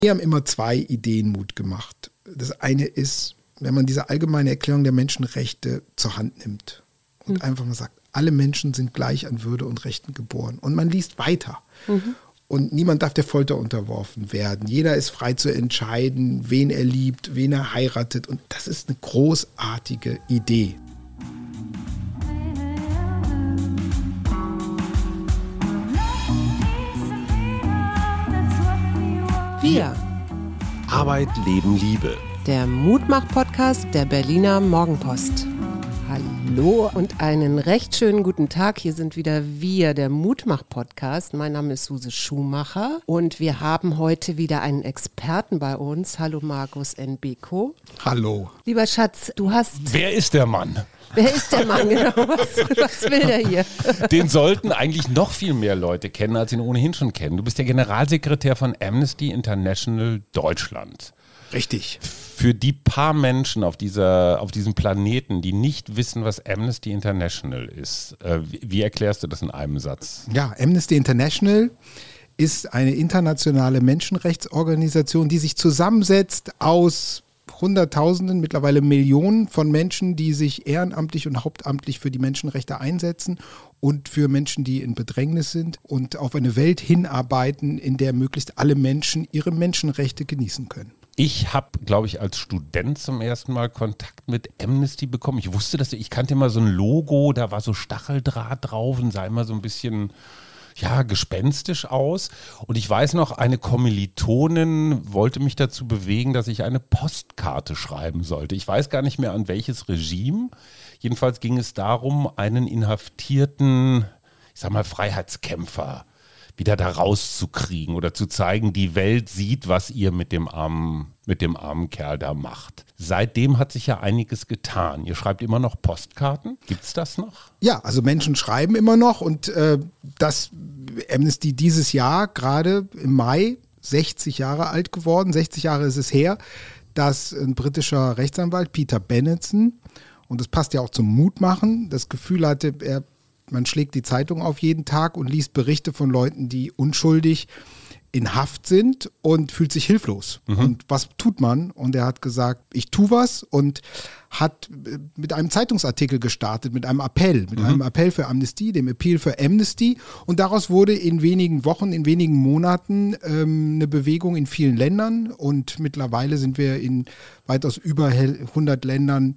Wir haben immer zwei Ideen Mut gemacht. Das eine ist, wenn man diese allgemeine Erklärung der Menschenrechte zur Hand nimmt und einfach mal sagt, alle Menschen sind gleich an Würde und Rechten geboren. Und man liest weiter. Und niemand darf der Folter unterworfen werden. Jeder ist frei zu entscheiden, wen er liebt, wen er heiratet. Und das ist eine großartige Idee. Wir. Arbeit, Leben, Liebe. Der Mutmach-Podcast der Berliner Morgenpost. Hallo und einen recht schönen guten Tag. Hier sind wieder wir, der Mutmach-Podcast. Mein Name ist Suse Schumacher und wir haben heute wieder einen Experten bei uns. Hallo Markus N. Beko. Hallo. Lieber Schatz, du hast... Wer ist der Mann? Wer ist der Mann, genau? Was will der hier? Den sollten eigentlich noch viel mehr Leute kennen, als ihn ohnehin schon kennen. Du bist der Generalsekretär von Amnesty International Deutschland. Richtig. Für die paar Menschen auf diesem Planeten, die nicht wissen, was Amnesty International ist, wie erklärst du das in einem Satz? Ja, Amnesty International ist eine internationale Menschenrechtsorganisation, die sich zusammensetzt aus Hunderttausenden, mittlerweile Millionen von Menschen, die sich ehrenamtlich und hauptamtlich für die Menschenrechte einsetzen und für Menschen, die in Bedrängnis sind und auf eine Welt hinarbeiten, in der möglichst alle Menschen ihre Menschenrechte genießen können. Ich habe, glaube ich, als Student zum ersten Mal Kontakt mit Amnesty bekommen. Ich wusste, ich kannte immer so ein Logo, da war so Stacheldraht drauf und sah immer so ein bisschen, ja, gespenstisch aus. Und ich weiß noch, eine Kommilitonin wollte mich dazu bewegen, dass ich eine Postkarte schreiben sollte. Ich weiß gar nicht mehr, an welches Regime. Jedenfalls ging es darum, einen inhaftierten, ich sag mal, Freiheitskämpfer wieder da rauszukriegen oder zu zeigen, die Welt sieht, was ihr mit dem armen Kerl da macht. Seitdem hat sich ja einiges getan. Ihr schreibt immer noch Postkarten. Gibt's das noch? Ja, also Menschen schreiben immer noch und dass Amnesty dieses Jahr, gerade im Mai, 60 Jahre alt geworden, 60 Jahre ist es her, dass ein britischer Rechtsanwalt, Peter Benenson, und das passt ja auch zum Mutmachen, das Gefühl hatte, man schlägt die Zeitung auf jeden Tag und liest Berichte von Leuten, die unschuldig in Haft sind und fühlt sich hilflos. Und was tut man? Und er hat gesagt, ich tue was und hat mit einem Zeitungsartikel gestartet, mit einem Appell für Amnesty, dem Appeal für Amnesty. Und daraus wurde in wenigen Wochen, in wenigen Monaten eine Bewegung in vielen Ländern. Und mittlerweile sind wir in weitaus über 100 Ländern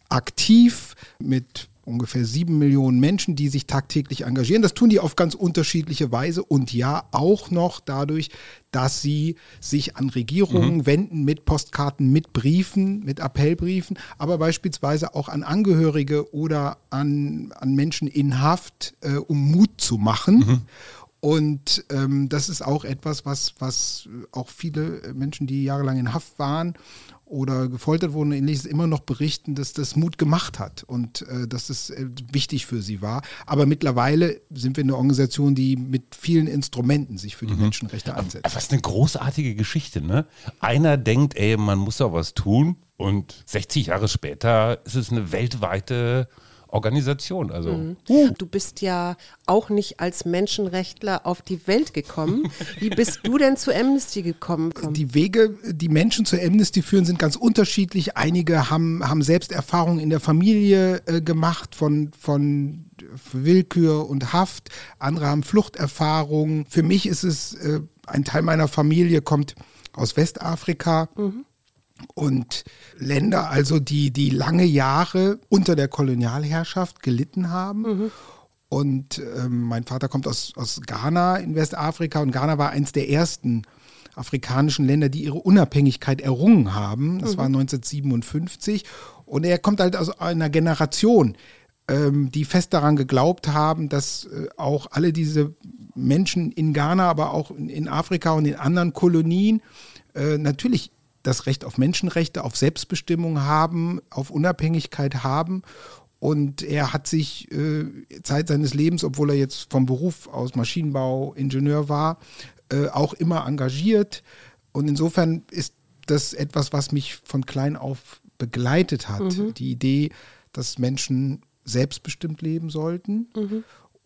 aktiv mit ungefähr 7 Millionen Menschen, die sich tagtäglich engagieren. Das tun die auf ganz unterschiedliche Weise und ja auch noch dadurch, dass sie sich an Regierungen wenden mit Postkarten, mit Briefen, mit Appellbriefen, aber beispielsweise auch an Angehörige oder an Menschen in Haft, um Mut zu machen. Und das ist auch etwas, was auch viele Menschen, die jahrelang in Haft waren oder gefoltert wurden, ähnliches immer noch berichten, dass das Mut gemacht hat und dass das wichtig für sie war. Aber mittlerweile sind wir eine Organisation, die mit vielen Instrumenten sich für die Menschenrechte einsetzt. Was eine großartige Geschichte, ne? Einer denkt, man muss doch was tun und 60 Jahre später ist es eine weltweite Organisation. Also. Du bist ja auch nicht als Menschenrechtler auf die Welt gekommen. Wie bist du denn zu Amnesty gekommen? Die Wege, die Menschen zu Amnesty führen, sind ganz unterschiedlich. Einige haben selbst Erfahrungen in der Familie gemacht von Willkür und Haft. Andere haben Fluchterfahrungen. Für mich ist es, ein Teil meiner Familie kommt aus Westafrika. Und Länder, also die lange Jahre unter der Kolonialherrschaft gelitten haben. Und mein Vater kommt aus Ghana in Westafrika und Ghana war eines der ersten afrikanischen Länder, die ihre Unabhängigkeit errungen haben. Das war 1957 und er kommt halt aus einer Generation, die fest daran geglaubt haben, dass auch alle diese Menschen in Ghana, aber auch in Afrika und in anderen Kolonien natürlich das Recht auf Menschenrechte, auf Selbstbestimmung haben, auf Unabhängigkeit haben. Und er hat sich Zeit seines Lebens, obwohl er jetzt vom Beruf aus Maschinenbau, Ingenieur war, auch immer engagiert. Und insofern ist das etwas, was mich von klein auf begleitet hat. Die Idee, dass Menschen selbstbestimmt leben sollten.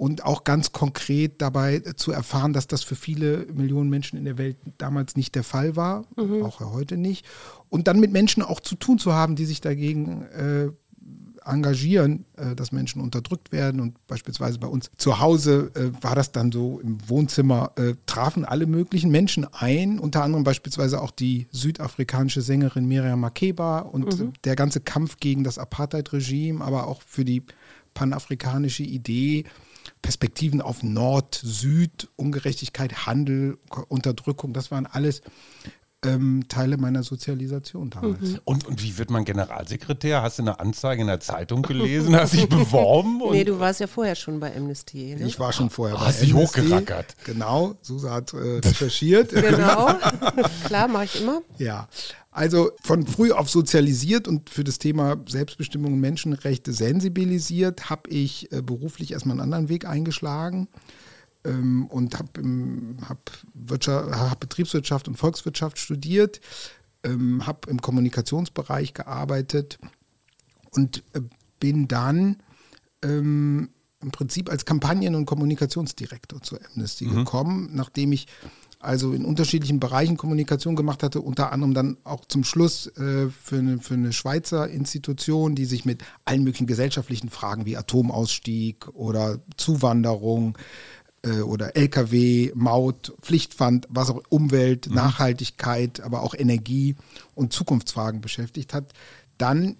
und auch ganz konkret dabei zu erfahren, dass das für viele Millionen Menschen in der Welt damals nicht der Fall war, auch heute nicht. Und dann mit Menschen auch zu tun zu haben, die sich dagegen engagieren, dass Menschen unterdrückt werden. Und beispielsweise bei uns zu Hause war das dann so, im Wohnzimmer trafen alle möglichen Menschen ein, unter anderem beispielsweise auch die südafrikanische Sängerin Miriam Makeba und der ganze Kampf gegen das Apartheid-Regime, aber auch für die panafrikanische Idee, Perspektiven auf Nord, Süd, Ungerechtigkeit, Handel, Unterdrückung, das waren alles Teile meiner Sozialisation damals. Und wie wird man Generalsekretär? Hast du eine Anzeige in der Zeitung gelesen? Hast dich beworben? Nee, du warst ja vorher schon bei Amnesty. Ne? Ich war schon vorher bei Amnesty. Hast dich hochgerackert. Genau, Susa hat recherchiert. Genau, klar, mache ich immer. Ja, also von früh auf sozialisiert und für das Thema Selbstbestimmung und Menschenrechte sensibilisiert, habe ich beruflich erstmal einen anderen Weg eingeschlagen. Und habe Betriebswirtschaft und Volkswirtschaft studiert, habe im Kommunikationsbereich gearbeitet und bin dann im Prinzip als Kampagnen- und Kommunikationsdirektor zur Amnesty gekommen, nachdem ich also in unterschiedlichen Bereichen Kommunikation gemacht hatte, unter anderem dann auch zum Schluss für eine Schweizer Institution, die sich mit allen möglichen gesellschaftlichen Fragen wie Atomausstieg oder Zuwanderung oder LKW, Maut, Pflichtpfand, was auch Umwelt, Nachhaltigkeit, aber auch Energie und Zukunftsfragen beschäftigt hat, dann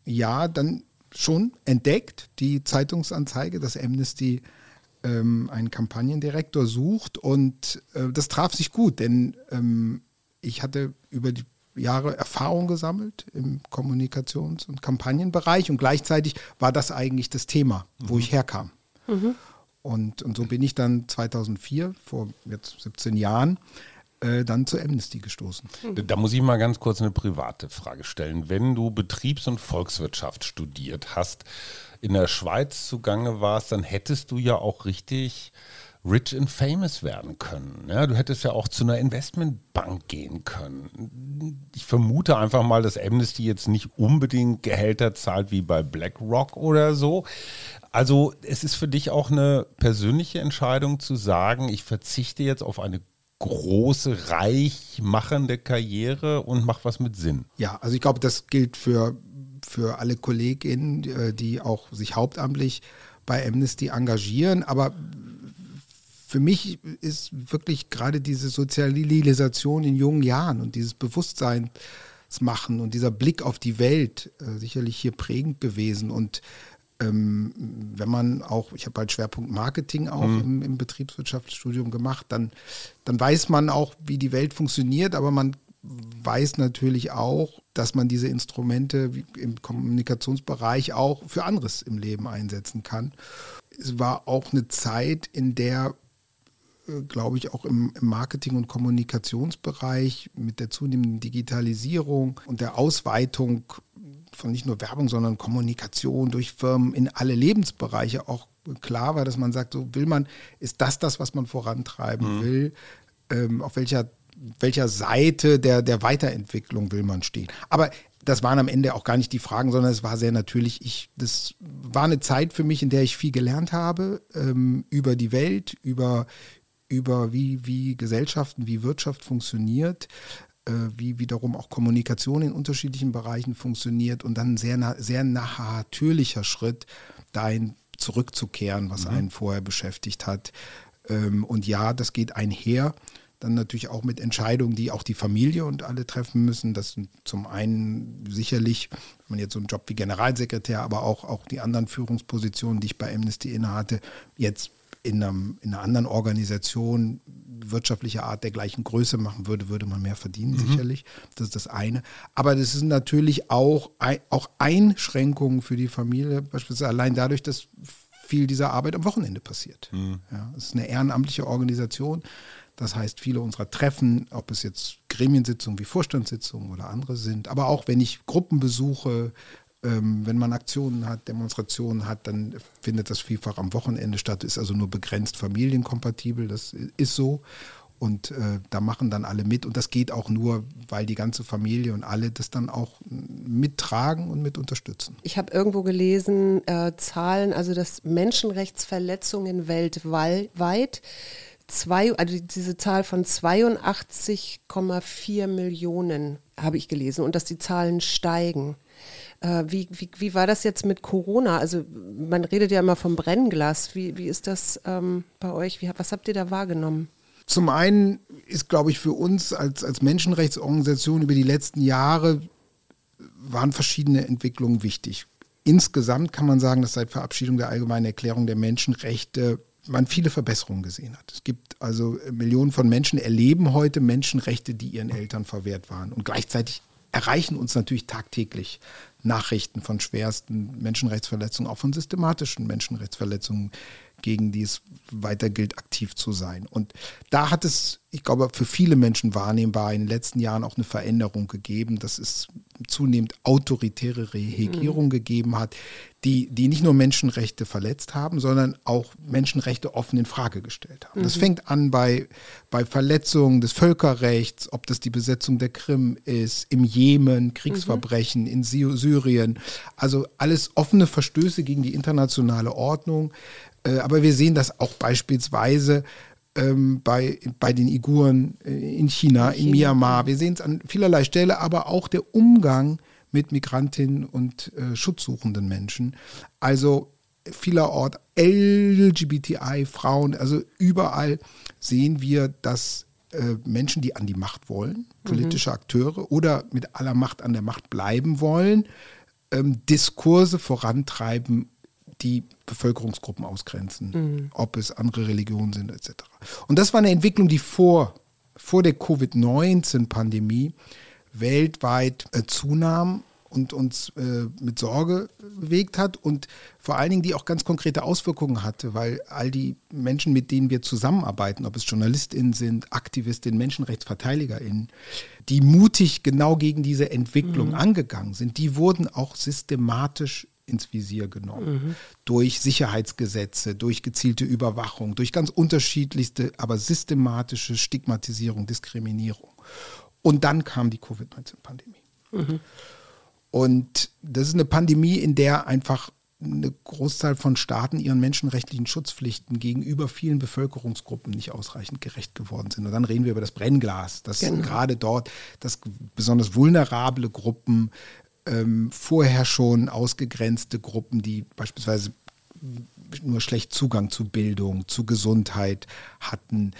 schon entdeckt, die Zeitungsanzeige, dass Amnesty einen Kampagnendirektor sucht und das traf sich gut, denn ich hatte über die Jahre Erfahrung gesammelt im Kommunikations- und Kampagnenbereich und gleichzeitig war das eigentlich das Thema, wo ich herkam. Und so bin ich dann 2004, vor jetzt 17 Jahren, dann zur Amnesty gestoßen. Da muss ich mal ganz kurz eine private Frage stellen. Wenn du Betriebs- und Volkswirtschaft studiert hast, in der Schweiz zugange warst, dann hättest du ja auch richtig rich and famous werden können. Ja, du hättest ja auch zu einer Investmentbank gehen können. Ich vermute einfach mal, dass Amnesty jetzt nicht unbedingt Gehälter zahlt wie bei BlackRock oder so. Also es ist für dich auch eine persönliche Entscheidung zu sagen, ich verzichte jetzt auf eine große, reich machende Karriere und mache was mit Sinn. Ja, also ich glaube, das gilt für alle KollegInnen, die auch sich hauptamtlich bei Amnesty engagieren, aber für mich ist wirklich gerade diese Sozialisation in jungen Jahren und dieses Bewusstseinsmachen und dieser Blick auf die Welt sicherlich hier prägend gewesen. Und wenn man auch, ich habe halt Schwerpunkt Marketing auch im Betriebswirtschaftsstudium gemacht, dann weiß man auch, wie die Welt funktioniert, aber man weiß natürlich auch, dass man diese Instrumente im Kommunikationsbereich auch für anderes im Leben einsetzen kann. Es war auch eine Zeit, in der, glaube ich, auch im Marketing- und Kommunikationsbereich mit der zunehmenden Digitalisierung und der Ausweitung von nicht nur Werbung, sondern Kommunikation durch Firmen in alle Lebensbereiche auch klar war, dass man sagt, so ist das, was man vorantreiben will, auf welcher Seite der Weiterentwicklung will man stehen. Aber das waren am Ende auch gar nicht die Fragen, sondern es war sehr natürlich, das war eine Zeit für mich, in der ich viel gelernt habe über die Welt, über wie Gesellschaften, wie Wirtschaft funktioniert, wie wiederum auch Kommunikation in unterschiedlichen Bereichen funktioniert und dann ein sehr natürlicher Schritt, dahin zurückzukehren, was einen vorher beschäftigt hat. Und ja, das geht einher, dann natürlich auch mit Entscheidungen, die auch die Familie und alle treffen müssen. Das sind zum einen sicherlich, wenn man jetzt so einen Job wie Generalsekretär, aber auch die anderen Führungspositionen, die ich bei Amnesty innehatte, jetzt in einer anderen Organisation wirtschaftlicher Art der gleichen Größe machen würde man mehr verdienen, sicherlich. Das ist das eine. Aber das sind natürlich auch Einschränkungen für die Familie, beispielsweise allein dadurch, dass viel dieser Arbeit am Wochenende passiert. Ja, es ist eine ehrenamtliche Organisation. Das heißt, viele unserer Treffen, ob es jetzt Gremiensitzungen wie Vorstandssitzungen oder andere sind, aber auch wenn ich Gruppen besuche, wenn man Aktionen hat, Demonstrationen hat, dann findet das vielfach am Wochenende statt, ist also nur begrenzt familienkompatibel, das ist so. Und da machen dann alle mit und das geht auch nur, weil die ganze Familie und alle das dann auch mittragen und mit unterstützen. Ich habe irgendwo gelesen, Zahlen, also dass Menschenrechtsverletzungen weltweit, also diese Zahl von 82,4 Millionen habe ich gelesen und dass die Zahlen steigen. Wie war das jetzt mit Corona? Also man redet ja immer vom Brennglas. Wie ist das bei euch? Was habt ihr da wahrgenommen? Zum einen ist, glaube ich, für uns als Menschenrechtsorganisation über die letzten Jahre waren verschiedene Entwicklungen wichtig. Insgesamt kann man sagen, dass seit Verabschiedung der Allgemeinen Erklärung der Menschenrechte man viele Verbesserungen gesehen hat. Es gibt also Millionen von Menschen erleben heute Menschenrechte, die ihren Eltern verwehrt waren. Und gleichzeitig erreichen uns natürlich tagtäglich Nachrichten von schwersten Menschenrechtsverletzungen, auch von systematischen Menschenrechtsverletzungen, gegen die es weiter gilt, aktiv zu sein. Und da hat es, ich glaube, für viele Menschen wahrnehmbar in den letzten Jahren auch eine Veränderung gegeben, dass es zunehmend autoritäre Regierungen gegeben hat, die nicht nur Menschenrechte verletzt haben, sondern auch Menschenrechte offen in Frage gestellt haben. Das fängt an bei Verletzungen des Völkerrechts, ob das die Besetzung der Krim ist, im Jemen, Kriegsverbrechen, in Syrien, also alles offene Verstöße gegen die internationale Ordnung. Aber wir sehen das auch beispielsweise bei den Uiguren in China, in Myanmar. Wir sehen es an vielerlei Stelle, aber auch der Umgang mit Migrantinnen und schutzsuchenden Menschen. Also vielerorts LGBTI, Frauen, also überall sehen wir, dass Menschen, die an die Macht wollen, politische Akteure oder mit aller Macht an der Macht bleiben wollen, Diskurse vorantreiben, die Bevölkerungsgruppen ausgrenzen, ob es andere Religionen sind etc. Und das war eine Entwicklung, die vor der Covid-19-Pandemie weltweit zunahm und uns mit Sorge bewegt hat und vor allen Dingen die auch ganz konkrete Auswirkungen hatte, weil all die Menschen, mit denen wir zusammenarbeiten, ob es JournalistInnen sind, AktivistInnen, MenschenrechtsverteidigerInnen, die mutig genau gegen diese Entwicklung angegangen sind, die wurden auch systematisch ins Visier genommen. Durch Sicherheitsgesetze, durch gezielte Überwachung, durch ganz unterschiedlichste, aber systematische Stigmatisierung, Diskriminierung. Und dann kam die Covid-19-Pandemie. Und das ist eine Pandemie, in der einfach eine Großzahl von Staaten ihren menschenrechtlichen Schutzpflichten gegenüber vielen Bevölkerungsgruppen nicht ausreichend gerecht geworden sind. Und dann reden wir über das Brennglas, dass gerade dort, dass besonders vulnerable Gruppen, vorher schon ausgegrenzte Gruppen, die beispielsweise nur schlecht Zugang zu Bildung, zu Gesundheit hatten,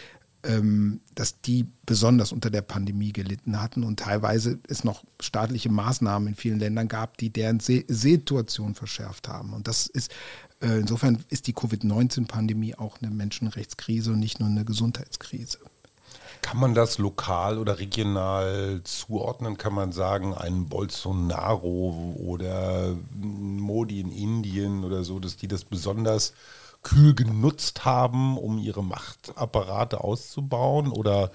dass die besonders unter der Pandemie gelitten hatten und teilweise es noch staatliche Maßnahmen in vielen Ländern gab, die deren Situation verschärft haben. Und das ist, insofern ist die Covid-19-Pandemie auch eine Menschenrechtskrise und nicht nur eine Gesundheitskrise. Kann man das lokal oder regional zuordnen? Kann man sagen, ein Bolsonaro oder Modi in Indien oder so, dass die das besonders kühl genutzt haben, um ihre Machtapparate auszubauen? Oder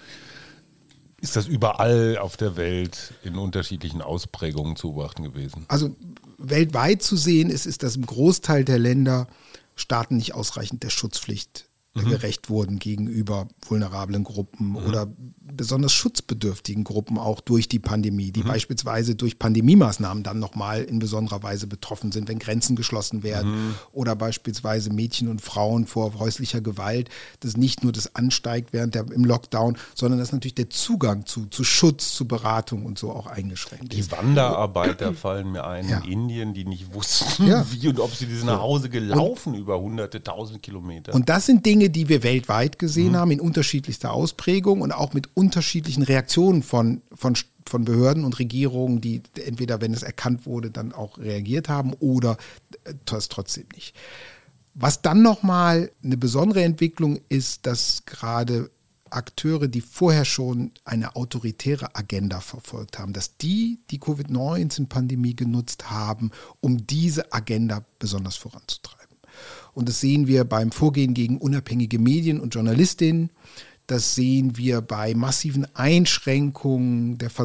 ist das überall auf der Welt in unterschiedlichen Ausprägungen zu beobachten gewesen? Also weltweit zu sehen ist, dass im Großteil der Länder Staaten nicht ausreichend der Schutzpflicht gerecht wurden gegenüber vulnerablen Gruppen oder besonders schutzbedürftigen Gruppen auch durch die Pandemie, die beispielsweise durch Pandemiemaßnahmen dann nochmal in besonderer Weise betroffen sind, wenn Grenzen geschlossen werden oder beispielsweise Mädchen und Frauen vor häuslicher Gewalt, dass nicht nur das ansteigt im Lockdown, sondern dass natürlich der Zugang zu Schutz, zu Beratung und so auch eingeschränkt ist. Die Wanderarbeiter fallen mir ein in Indien, die nicht wussten, wie und ob sie nach Hause gelaufen über hunderte, tausend Kilometer. Und das sind Dinge, die wir weltweit gesehen haben, in unterschiedlichster Ausprägung und auch mit unterschiedlichen Reaktionen von Behörden und Regierungen, die entweder, wenn es erkannt wurde, dann auch reagiert haben oder das trotzdem nicht. Was dann nochmal eine besondere Entwicklung ist, dass gerade Akteure, die vorher schon eine autoritäre Agenda verfolgt haben, dass die Covid-19-Pandemie genutzt haben, um diese Agenda besonders voranzutreiben. Und das sehen wir beim Vorgehen gegen unabhängige Medien und Journalistinnen, Das sehen wir bei massiven Einschränkungen der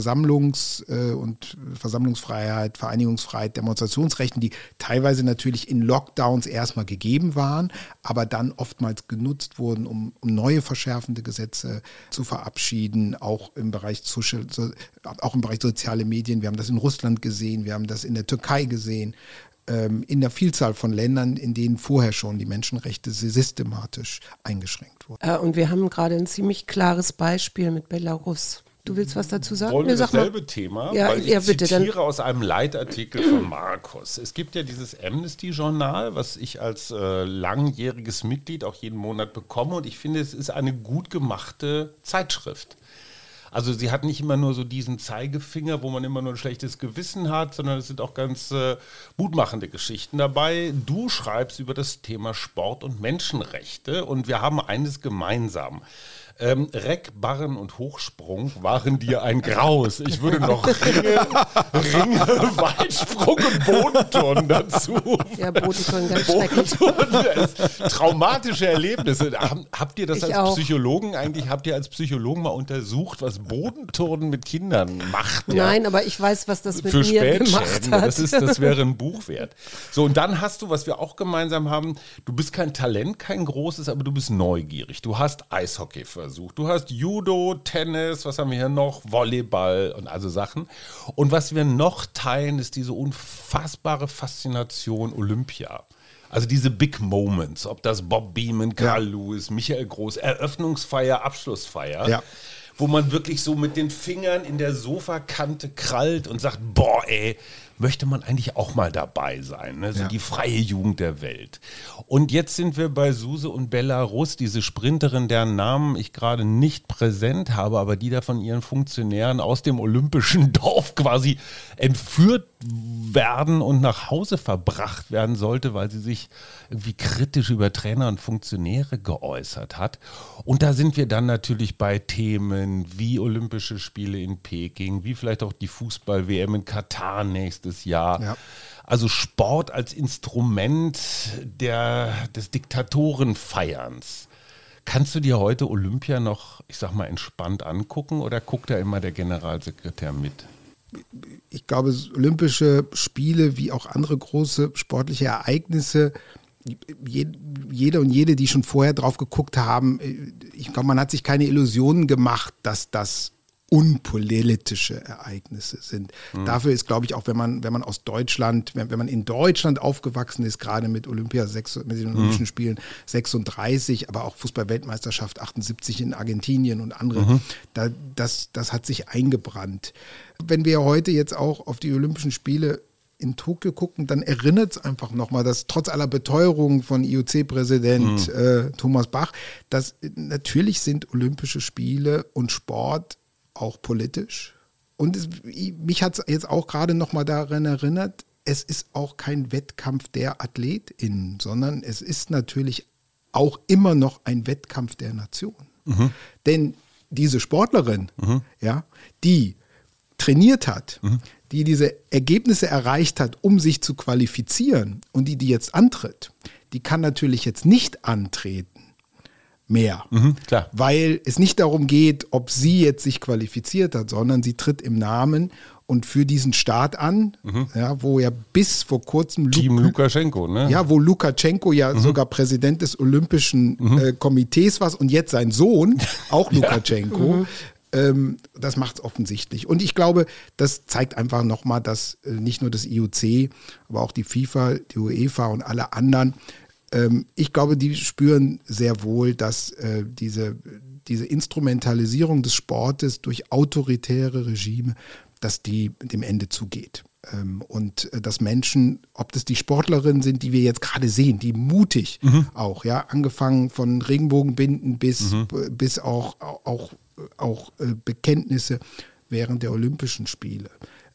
und Versammlungsfreiheit, Vereinigungsfreiheit, Demonstrationsrechten, die teilweise natürlich in Lockdowns erstmal gegeben waren, aber dann oftmals genutzt wurden, um neue verschärfende Gesetze zu verabschieden, auch im Bereich soziale Medien. Wir haben das in Russland gesehen, wir haben das in der Türkei gesehen, in der Vielzahl von Ländern, in denen vorher schon die Menschenrechte systematisch eingeschränkt wurden. Und wir haben gerade ein ziemlich klares Beispiel mit Belarus. Du willst was dazu sagen? Wollen wir dasselbe Thema? Ja, weil ich bitte, zitiere aus einem Leitartikel von Markus. Es gibt ja dieses Amnesty-Journal, was ich als langjähriges Mitglied auch jeden Monat bekomme. Und ich finde, es ist eine gut gemachte Zeitschrift. Also sie hat nicht immer nur so diesen Zeigefinger, wo man immer nur ein schlechtes Gewissen hat, sondern es sind auch ganz mutmachende Geschichten dabei. Du schreibst über das Thema Sport und Menschenrechte und wir haben eines gemeinsam. Reck, Barren und Hochsprung waren dir ein Graus. Ich würde noch Ringe, Weitsprung und Bodenturnen dazu. Ja, Bodenturnen ganz schrecklich. Traumatische Erlebnisse. Habt ihr das als Psychologen mal untersucht, was Bodenturnen mit Kindern macht? Ja? Nein, aber ich weiß, was das mit Für mir gemacht hat. Das wäre ein Buch wert. So, und dann hast du, was wir auch gemeinsam haben, du bist kein Talent, kein großes, aber du bist neugierig. Du hast Eishockey versucht. Du hast Judo, Tennis, was haben wir hier noch? Volleyball und also Sachen. Und was wir noch teilen, ist diese unfassbare Faszination Olympia. Also diese Big Moments, ob das Bob Beamon, Carl Lewis, Michael Groß, Eröffnungsfeier, Abschlussfeier. Ja. Wo man wirklich so mit den Fingern in der Sofakante krallt und sagt, boah ey, möchte man eigentlich auch mal dabei sein, ne? So die freie Jugend der Welt. Und jetzt sind wir bei Suse und Belarus, diese Sprinterin, deren Namen ich gerade nicht präsent habe, aber die da von ihren Funktionären aus dem olympischen Dorf quasi entführt werden und nach Hause verbracht werden sollte, weil sie sich irgendwie kritisch über Trainer und Funktionäre geäußert hat. Und da sind wir dann natürlich bei Themen wie Olympische Spiele in Peking, wie vielleicht auch die Fußball-WM in Katar nächstes Jahr. Ja. Also Sport als Instrument des Diktatorenfeierns. Kannst du dir heute Olympia noch, ich sag mal, entspannt angucken oder guckt da immer der Generalsekretär mit? Ich glaube, Olympische Spiele wie auch andere große sportliche Ereignisse, jeder und jede, die schon vorher drauf geguckt haben, ich glaube, man hat sich keine Illusionen gemacht, dass das unpolitische Ereignisse sind. Dafür ist, glaube ich, auch wenn man aus Deutschland, wenn man in Deutschland aufgewachsen ist, gerade mit mit den Olympischen Spielen 36, aber auch Fußball-Weltmeisterschaft 78 in Argentinien und andere, das hat sich eingebrannt. Wenn wir heute jetzt auch auf die Olympischen Spiele in Tokio gucken, dann erinnert es einfach nochmal, dass trotz aller Beteuerungen von IOC-Präsident Thomas Bach, dass natürlich sind Olympische Spiele und Sport auch politisch. Und mich hat es jetzt auch gerade nochmal daran erinnert, es ist auch kein Wettkampf der AthletInnen, sondern es ist natürlich auch immer noch ein Wettkampf der Nation. Denn diese Sportlerin, die trainiert hat, die diese Ergebnisse erreicht hat, um sich zu qualifizieren und die jetzt antritt, die kann natürlich jetzt nicht antreten mehr, klar. Weil es nicht darum geht, ob sie jetzt sich qualifiziert hat, sondern sie tritt im Namen und für diesen Staat an, wo ja bis vor kurzem Team Lukaschenko, ne? Ja, wo Lukaschenko sogar Präsident des Olympischen Komitees war und jetzt sein Sohn, auch Lukaschenko. Das macht es offensichtlich. Und ich glaube, das zeigt einfach nochmal, dass nicht nur das IOC, aber auch die FIFA, die UEFA und alle anderen, ich glaube, die spüren sehr wohl, dass diese Instrumentalisierung des Sportes durch autoritäre Regime, dass die dem Ende zugeht. Und dass Menschen, ob das die Sportlerinnen sind, die wir jetzt gerade sehen, die mutig auch, angefangen von Regenbogenbinden bis auch Bekenntnisse während der Olympischen Spiele.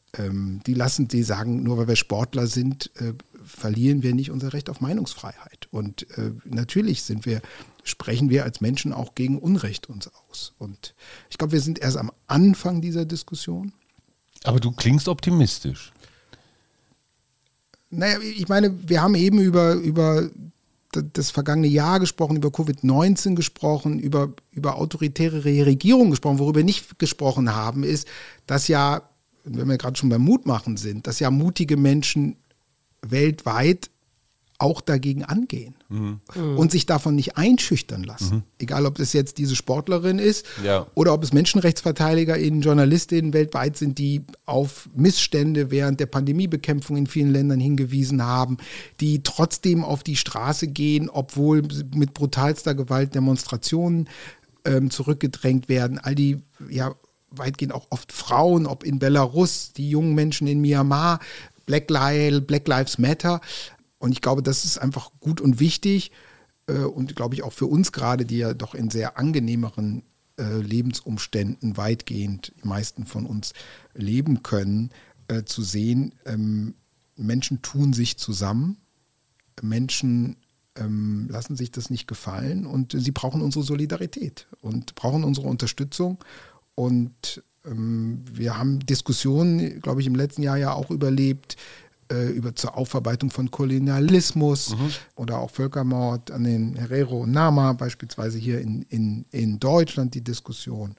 Die sagen, nur weil wir Sportler sind, verlieren wir nicht unser Recht auf Meinungsfreiheit. Und natürlich sprechen wir als Menschen auch gegen Unrecht uns aus. Und ich glaube, wir sind erst am Anfang dieser Diskussion. Aber du klingst optimistisch. Naja, ich meine, wir haben eben über das vergangene Jahr gesprochen, über Covid-19 gesprochen, über autoritäre Regierungen gesprochen. Worüber wir nicht gesprochen haben, ist, dass ja, wenn wir gerade schon beim Mutmachen sind, dass ja mutige Menschen weltweit auch dagegen angehen und sich davon nicht einschüchtern lassen. Egal, ob das jetzt diese Sportlerin ist oder ob es MenschenrechtsverteidigerInnen, JournalistInnen weltweit sind, die auf Missstände während der Pandemiebekämpfung in vielen Ländern hingewiesen haben, die trotzdem auf die Straße gehen, obwohl mit brutalster Gewalt Demonstrationen zurückgedrängt werden. All die, ja, weitgehend auch oft Frauen, ob in Belarus, die jungen Menschen in Myanmar, Black Lives Matter. Und ich glaube, das ist einfach gut und wichtig und glaube ich auch für uns gerade, die ja doch in sehr angenehmeren Lebensumständen weitgehend die meisten von uns leben können, zu sehen, Menschen tun sich zusammen, Menschen lassen sich das nicht gefallen und sie brauchen unsere Solidarität und brauchen unsere Unterstützung. Und wir haben Diskussionen, glaube ich, im letzten Jahr ja auch überlebt, zur Aufarbeitung von Kolonialismus oder auch Völkermord an den Herero und Nama, beispielsweise hier in Deutschland die Diskussion.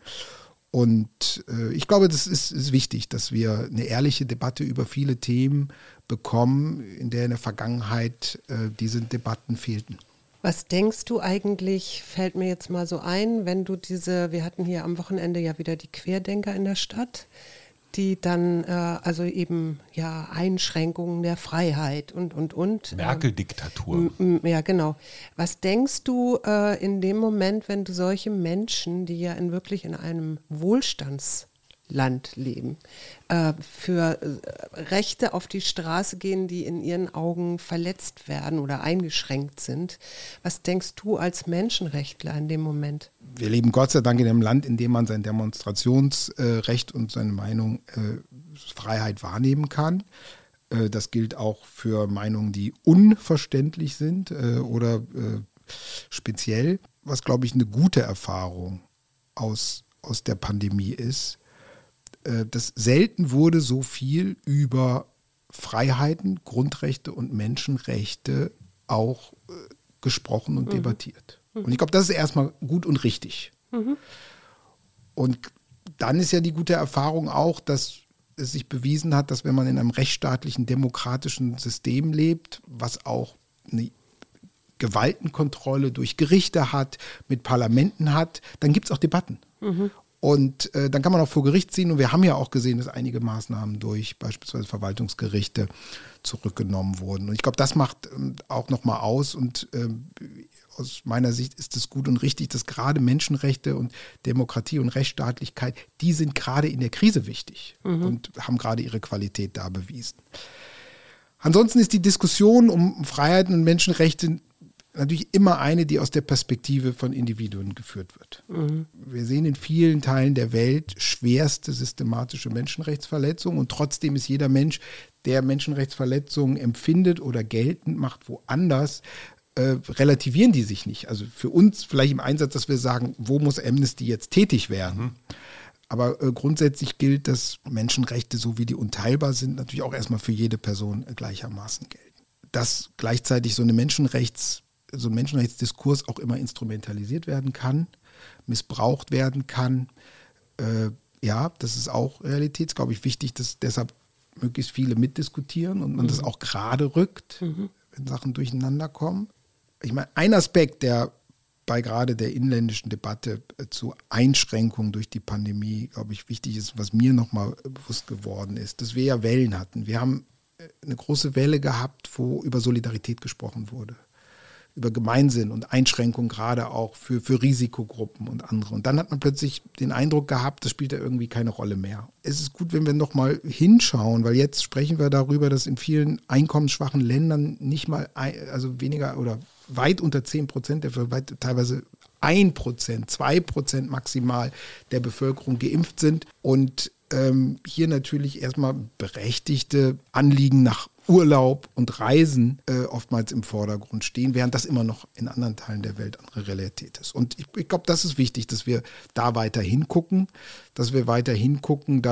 Und ich glaube, das ist wichtig, dass wir eine ehrliche Debatte über viele Themen bekommen, in der in der Vergangenheit diese Debatten fehlten. Was denkst du eigentlich, fällt mir jetzt mal so ein, wenn du wir hatten hier am Wochenende ja wieder die Querdenker in der Stadt, die dann also eben ja Einschränkungen der Freiheit und. Merkel-Diktatur. Ja, genau. Was denkst du in dem Moment, wenn du solche Menschen, die ja wirklich in einem Wohlstandsland leben, für Rechte auf die Straße gehen, die in ihren Augen verletzt werden oder eingeschränkt sind? Was denkst du als Menschenrechtler in dem Moment? Wir leben Gott sei Dank in einem Land, in dem man sein Demonstrationsrecht und seine Meinung Freiheit wahrnehmen kann. Das gilt auch für Meinungen, die unverständlich sind oder speziell. Was, glaube ich, eine gute Erfahrung aus der Pandemie ist, dass selten wurde so viel über Freiheiten, Grundrechte und Menschenrechte auch gesprochen und debattiert. Und ich glaube, das ist erstmal gut und richtig. Und dann ist ja die gute Erfahrung auch, dass es sich bewiesen hat, dass wenn man in einem rechtsstaatlichen, demokratischen System lebt, was auch eine Gewaltenkontrolle durch Gerichte hat, mit Parlamenten hat, dann gibt es auch Debatten. Und dann kann man auch vor Gericht ziehen. Und wir haben ja auch gesehen, dass einige Maßnahmen durch beispielsweise Verwaltungsgerichte zurückgenommen wurden. Und ich glaube, das macht auch nochmal aus. Und aus meiner Sicht ist es gut und richtig, dass gerade Menschenrechte und Demokratie und Rechtsstaatlichkeit, die sind gerade in der Krise wichtig und haben gerade ihre Qualität da bewiesen. Ansonsten ist die Diskussion um Freiheiten und Menschenrechte natürlich immer eine, die aus der Perspektive von Individuen geführt wird. Wir sehen in vielen Teilen der Welt schwerste systematische Menschenrechtsverletzungen und trotzdem ist jeder Mensch, der Menschenrechtsverletzungen empfindet oder geltend macht, woanders, relativieren die sich nicht. Also für uns vielleicht im Einsatz, dass wir sagen, wo muss Amnesty jetzt tätig werden? Aber grundsätzlich gilt, dass Menschenrechte, so wie die unteilbar sind, natürlich auch erstmal für jede Person gleichermaßen gelten. Dass gleichzeitig so ein Menschenrechtsdiskurs auch immer instrumentalisiert werden kann, missbraucht werden kann. Ja, das ist auch Realität. Es ist, glaube ich, wichtig, dass deshalb möglichst viele mitdiskutieren und man das auch gerade rückt, wenn Sachen durcheinander kommen. Ich meine, ein Aspekt, der bei gerade der inländischen Debatte zu Einschränkungen durch die Pandemie, glaube ich, wichtig ist, was mir nochmal bewusst geworden ist, dass wir ja Wellen hatten. Wir haben eine große Welle gehabt, wo über Solidarität gesprochen wurde, über Gemeinsinn und Einschränkungen, gerade auch für Risikogruppen und andere. Und dann hat man plötzlich den Eindruck gehabt, das spielt ja irgendwie keine Rolle mehr. Es ist gut, wenn wir nochmal hinschauen, weil jetzt sprechen wir darüber, dass in vielen einkommensschwachen Ländern nicht mal, also weniger oder weit unter 10%, teilweise 1%, 2% maximal der Bevölkerung geimpft sind und hier natürlich erstmal berechtigte Anliegen nach Urlaub und Reisen oftmals im Vordergrund stehen, während das immer noch in anderen Teilen der Welt andere Realität ist. Und ich glaube, das ist wichtig, dass wir da weiter hingucken, dass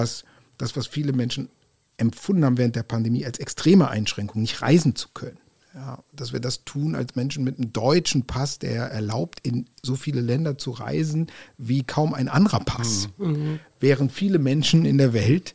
das, was viele Menschen empfunden haben während der Pandemie als extreme Einschränkung, nicht reisen zu können, Ja, dass wir das tun als Menschen mit einem deutschen Pass, der erlaubt, in so viele Länder zu reisen wie kaum ein anderer Pass. Während viele Menschen in der Welt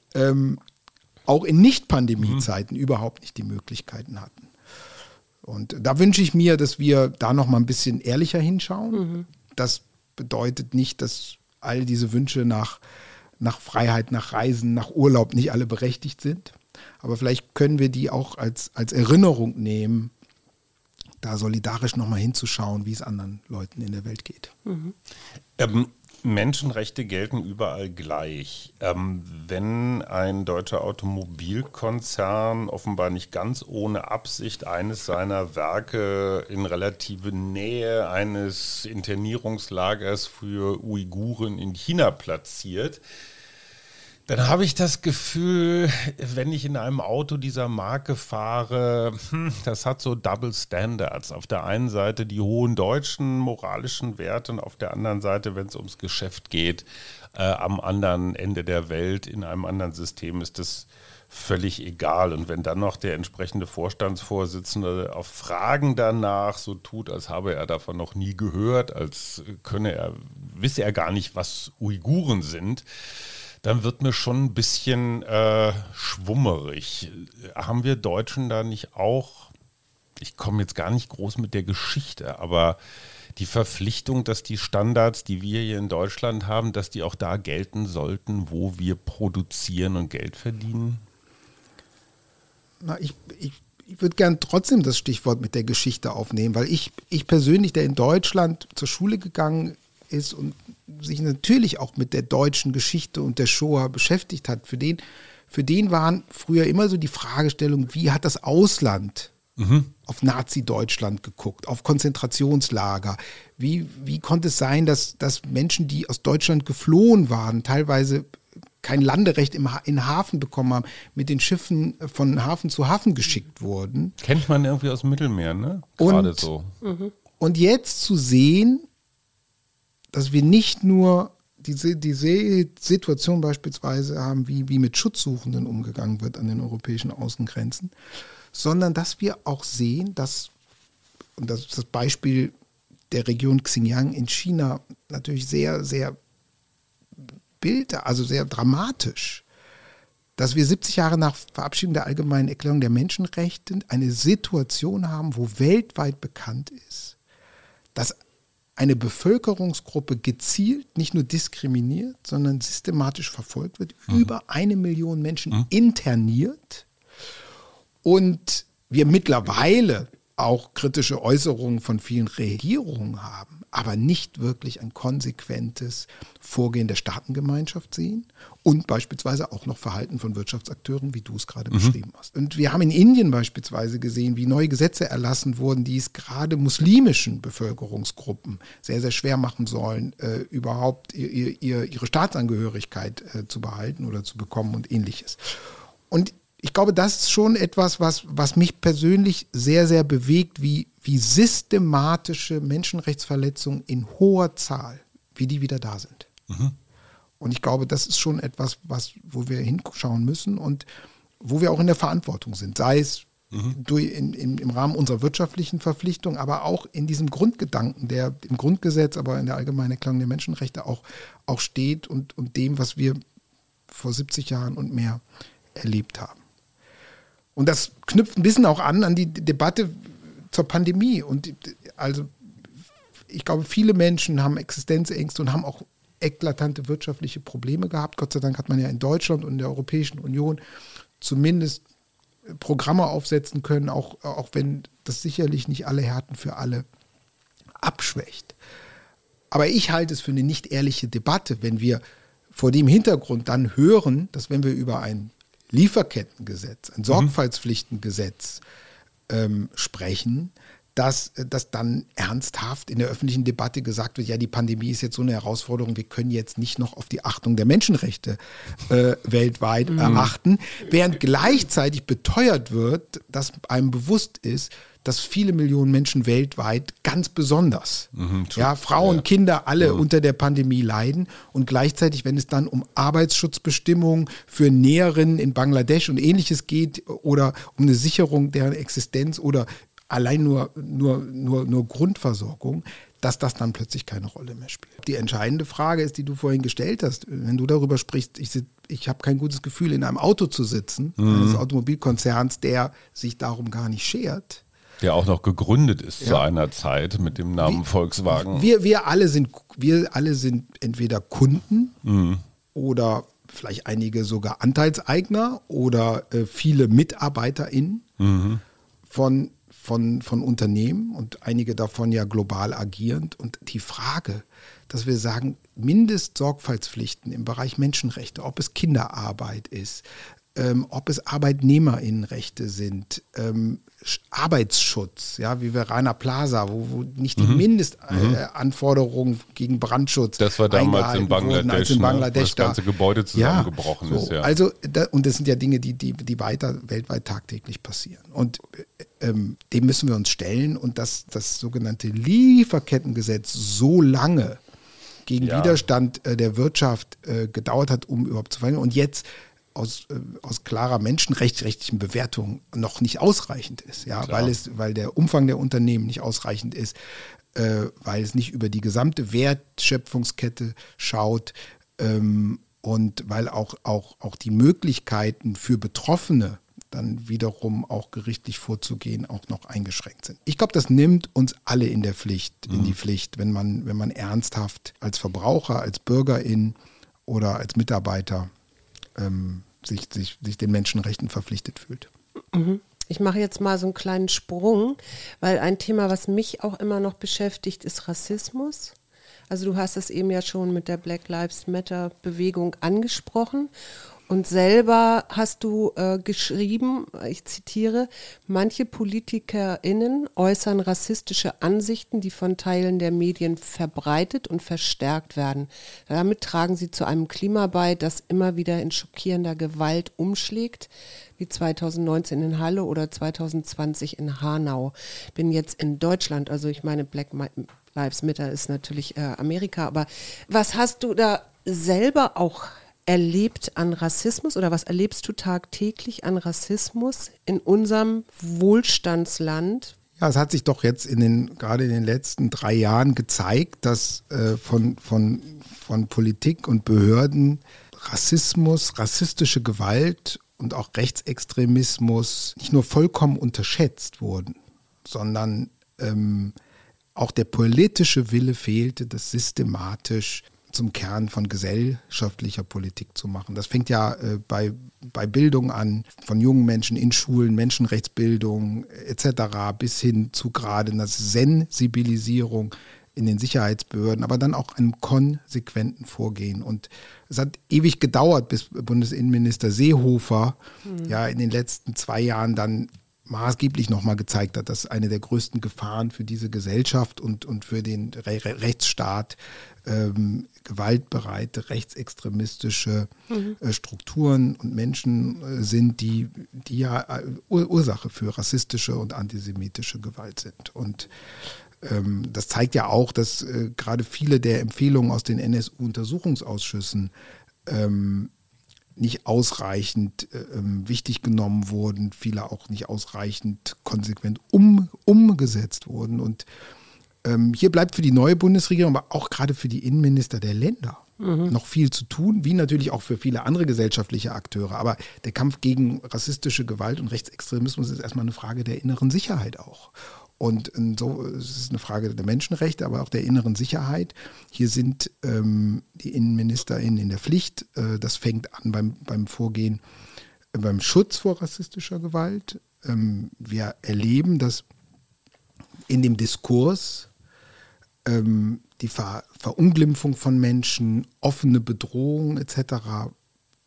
auch in Nicht-Pandemie-Zeiten überhaupt nicht die Möglichkeiten hatten. Und da wünsche ich mir, dass wir da noch mal ein bisschen ehrlicher hinschauen. Das bedeutet nicht, dass all diese Wünsche nach Freiheit, nach Reisen, nach Urlaub nicht alle berechtigt sind. Aber vielleicht können wir die auch als Erinnerung nehmen, da solidarisch nochmal hinzuschauen, wie es anderen Leuten in der Welt geht. Menschenrechte gelten überall gleich. Wenn ein deutscher Automobilkonzern offenbar nicht ganz ohne Absicht eines seiner Werke in relative Nähe eines Internierungslagers für Uiguren in China platziert, dann habe ich das Gefühl, wenn ich in einem Auto dieser Marke fahre, das hat so Double Standards. Auf der einen Seite die hohen deutschen moralischen Werte und auf der anderen Seite, wenn es ums Geschäft geht, am anderen Ende der Welt, in einem anderen System ist das völlig egal. Und wenn dann noch der entsprechende Vorstandsvorsitzende auf Fragen danach so tut, als habe er davon noch nie gehört, als wisse er gar nicht, was Uiguren sind, dann wird mir schon ein bisschen schwummerig. Haben wir Deutschen da nicht auch, ich komme jetzt gar nicht groß mit der Geschichte, aber die Verpflichtung, dass die Standards, die wir hier in Deutschland haben, dass die auch da gelten sollten, wo wir produzieren und Geld verdienen? Na, ich würde gern trotzdem das Stichwort mit der Geschichte aufnehmen, weil ich persönlich, der in Deutschland zur Schule gegangen ist und sich natürlich auch mit der deutschen Geschichte und der Shoah beschäftigt hat, für den waren früher immer so die Fragestellung, wie hat das Ausland auf Nazi-Deutschland geguckt, auf Konzentrationslager? Wie konnte es sein, dass Menschen, die aus Deutschland geflohen waren, teilweise kein Landerecht in Hafen bekommen haben, mit den Schiffen von Hafen zu Hafen geschickt wurden? Kennt man irgendwie aus dem Mittelmeer, ne? Gerade so. Und jetzt zu sehen, dass wir nicht nur diese Situation beispielsweise haben, wie mit Schutzsuchenden umgegangen wird an den europäischen Außengrenzen, sondern dass wir auch sehen, und das ist das Beispiel der Region Xinjiang in China natürlich sehr, sehr also sehr dramatisch, dass wir 70 Jahre nach Verabschiedung der Allgemeinen Erklärung der Menschenrechte eine Situation haben, wo weltweit bekannt ist, dass eine Bevölkerungsgruppe gezielt nicht nur diskriminiert, sondern systematisch verfolgt wird, über 1 Million Menschen interniert und wir mittlerweile auch kritische Äußerungen von vielen Regierungen haben, aber nicht wirklich ein konsequentes Vorgehen der Staatengemeinschaft sehen und beispielsweise auch noch Verhalten von Wirtschaftsakteuren, wie du es gerade beschrieben hast. Und wir haben in Indien beispielsweise gesehen, wie neue Gesetze erlassen wurden, die es gerade muslimischen Bevölkerungsgruppen sehr, sehr schwer machen sollen, überhaupt ihre Staatsangehörigkeit zu behalten oder zu bekommen und Ähnliches. Und ich glaube, das ist schon etwas, was mich persönlich sehr, sehr bewegt, wie systematische Menschenrechtsverletzungen in hoher Zahl, wie die wieder da sind. Und ich glaube, das ist schon etwas, wo wir hinschauen müssen und wo wir auch in der Verantwortung sind, sei es im Rahmen unserer wirtschaftlichen Verpflichtung, aber auch in diesem Grundgedanken, der im Grundgesetz, aber in der Allgemeinen Erklärung der Menschenrechte auch steht und dem, was wir vor 70 Jahren und mehr erlebt haben. Und das knüpft ein bisschen auch an die Debatte zur Pandemie. Und also ich glaube, viele Menschen haben Existenzängste und haben auch eklatante wirtschaftliche Probleme gehabt. Gott sei Dank hat man ja in Deutschland und in der Europäischen Union zumindest Programme aufsetzen können, auch wenn das sicherlich nicht alle Härten für alle abschwächt. Aber ich halte es für eine nicht ehrliche Debatte, wenn wir vor dem Hintergrund dann hören, dass wenn wir über ein Lieferkettengesetz, ein Sorgfaltspflichtengesetz sprechen, dass dann ernsthaft in der öffentlichen Debatte gesagt wird, ja, die Pandemie ist jetzt so eine Herausforderung, wir können jetzt nicht noch auf die Achtung der Menschenrechte weltweit achten, während gleichzeitig beteuert wird, dass einem bewusst ist, dass viele Millionen Menschen weltweit ganz besonders, Frauen, Kinder, alle unter der Pandemie leiden und gleichzeitig, wenn es dann um Arbeitsschutzbestimmungen für Näherinnen in Bangladesch und Ähnliches geht oder um eine Sicherung deren Existenz oder allein nur Grundversorgung, dass das dann plötzlich keine Rolle mehr spielt. Die entscheidende Frage ist, die du vorhin gestellt hast, wenn du darüber sprichst, ich habe kein gutes Gefühl, in einem Auto zu sitzen, eines Automobilkonzerns, der sich darum gar nicht schert. Der auch noch gegründet ist zu einer Zeit mit dem Namen Volkswagen. Wir alle sind entweder Kunden oder vielleicht einige sogar Anteilseigner oder viele MitarbeiterInnen von Unternehmen und einige davon ja global agierend. Und die Frage, dass wir sagen, Mindestsorgfaltspflichten im Bereich Menschenrechte, ob es Kinderarbeit ist, ob es ArbeitnehmerInnenrechte sind, Arbeitsschutz, ja, wie bei Rana Plaza, wo nicht die Mindestanforderungen gegen Brandschutz das war damals in Bangladesch, wurden, als in Bangladesch wo das ganze Gebäude zusammengebrochen ist. Ja. Also, und das sind ja Dinge, die weltweit tagtäglich passieren. Und dem müssen wir uns stellen. Und dass das sogenannte Lieferkettengesetz so lange gegen Widerstand der Wirtschaft gedauert hat, um überhaupt zu verhindern. Und jetzt aus klarer menschenrechtsrechtlichen Bewertung noch nicht ausreichend ist, weil der Umfang der Unternehmen nicht ausreichend ist, weil es nicht über die gesamte Wertschöpfungskette schaut und weil auch die Möglichkeiten für Betroffene dann wiederum auch gerichtlich vorzugehen auch noch eingeschränkt sind. Ich glaube, das nimmt uns alle in die Pflicht, wenn man ernsthaft als Verbraucher, als Bürgerin oder als Mitarbeiter sich den Menschenrechten verpflichtet fühlt. Ich mache jetzt mal so einen kleinen Sprung, weil ein Thema, was mich auch immer noch beschäftigt, ist Rassismus. Also du hast es eben ja schon mit der Black Lives Matter Bewegung angesprochen. Und selber hast du geschrieben, ich zitiere, manche PolitikerInnen äußern rassistische Ansichten, die von Teilen der Medien verbreitet und verstärkt werden. Damit tragen sie zu einem Klima bei, das immer wieder in schockierender Gewalt umschlägt, wie 2019 in Halle oder 2020 in Hanau. Bin jetzt in Deutschland, also ich meine Black Lives Matter ist natürlich Amerika, aber was hast du da selber auch erlebt an Rassismus oder was erlebst du tagtäglich an Rassismus in unserem Wohlstandsland? Ja, es hat sich doch jetzt gerade in den letzten 3 Jahren gezeigt, dass von Politik und Behörden Rassismus, rassistische Gewalt und auch Rechtsextremismus nicht nur vollkommen unterschätzt wurden, sondern auch der politische Wille fehlte, das systematisch zum Kern von gesellschaftlicher Politik zu machen. Das fängt ja bei Bildung an, von jungen Menschen in Schulen, Menschenrechtsbildung etc. bis hin zu gerade einer Sensibilisierung in den Sicherheitsbehörden, aber dann auch einem konsequenten Vorgehen. Und es hat ewig gedauert, bis Bundesinnenminister Seehofer in den letzten 2 Jahren dann maßgeblich nochmal gezeigt hat, dass eine der größten Gefahren für diese Gesellschaft und für den Rechtsstaat gewaltbereite, rechtsextremistische Strukturen und Menschen sind, die ja Ursache für rassistische und antisemitische Gewalt sind. Und das zeigt ja auch, dass gerade viele der Empfehlungen aus den NSU-Untersuchungsausschüssen nicht ausreichend wichtig genommen wurden, viele auch nicht ausreichend konsequent umgesetzt wurden. Und hier bleibt für die neue Bundesregierung, aber auch gerade für die Innenminister der Länder noch viel zu tun, wie natürlich auch für viele andere gesellschaftliche Akteure. Aber der Kampf gegen rassistische Gewalt und Rechtsextremismus ist erstmal eine Frage der inneren Sicherheit auch. Und so es ist eine Frage der Menschenrechte, aber auch der inneren Sicherheit. Hier sind die InnenministerInnen in der Pflicht. Das fängt an beim Vorgehen, beim Schutz vor rassistischer Gewalt. Wir erleben, dass in dem Diskurs die Verunglimpfung von Menschen, offene Bedrohung etc.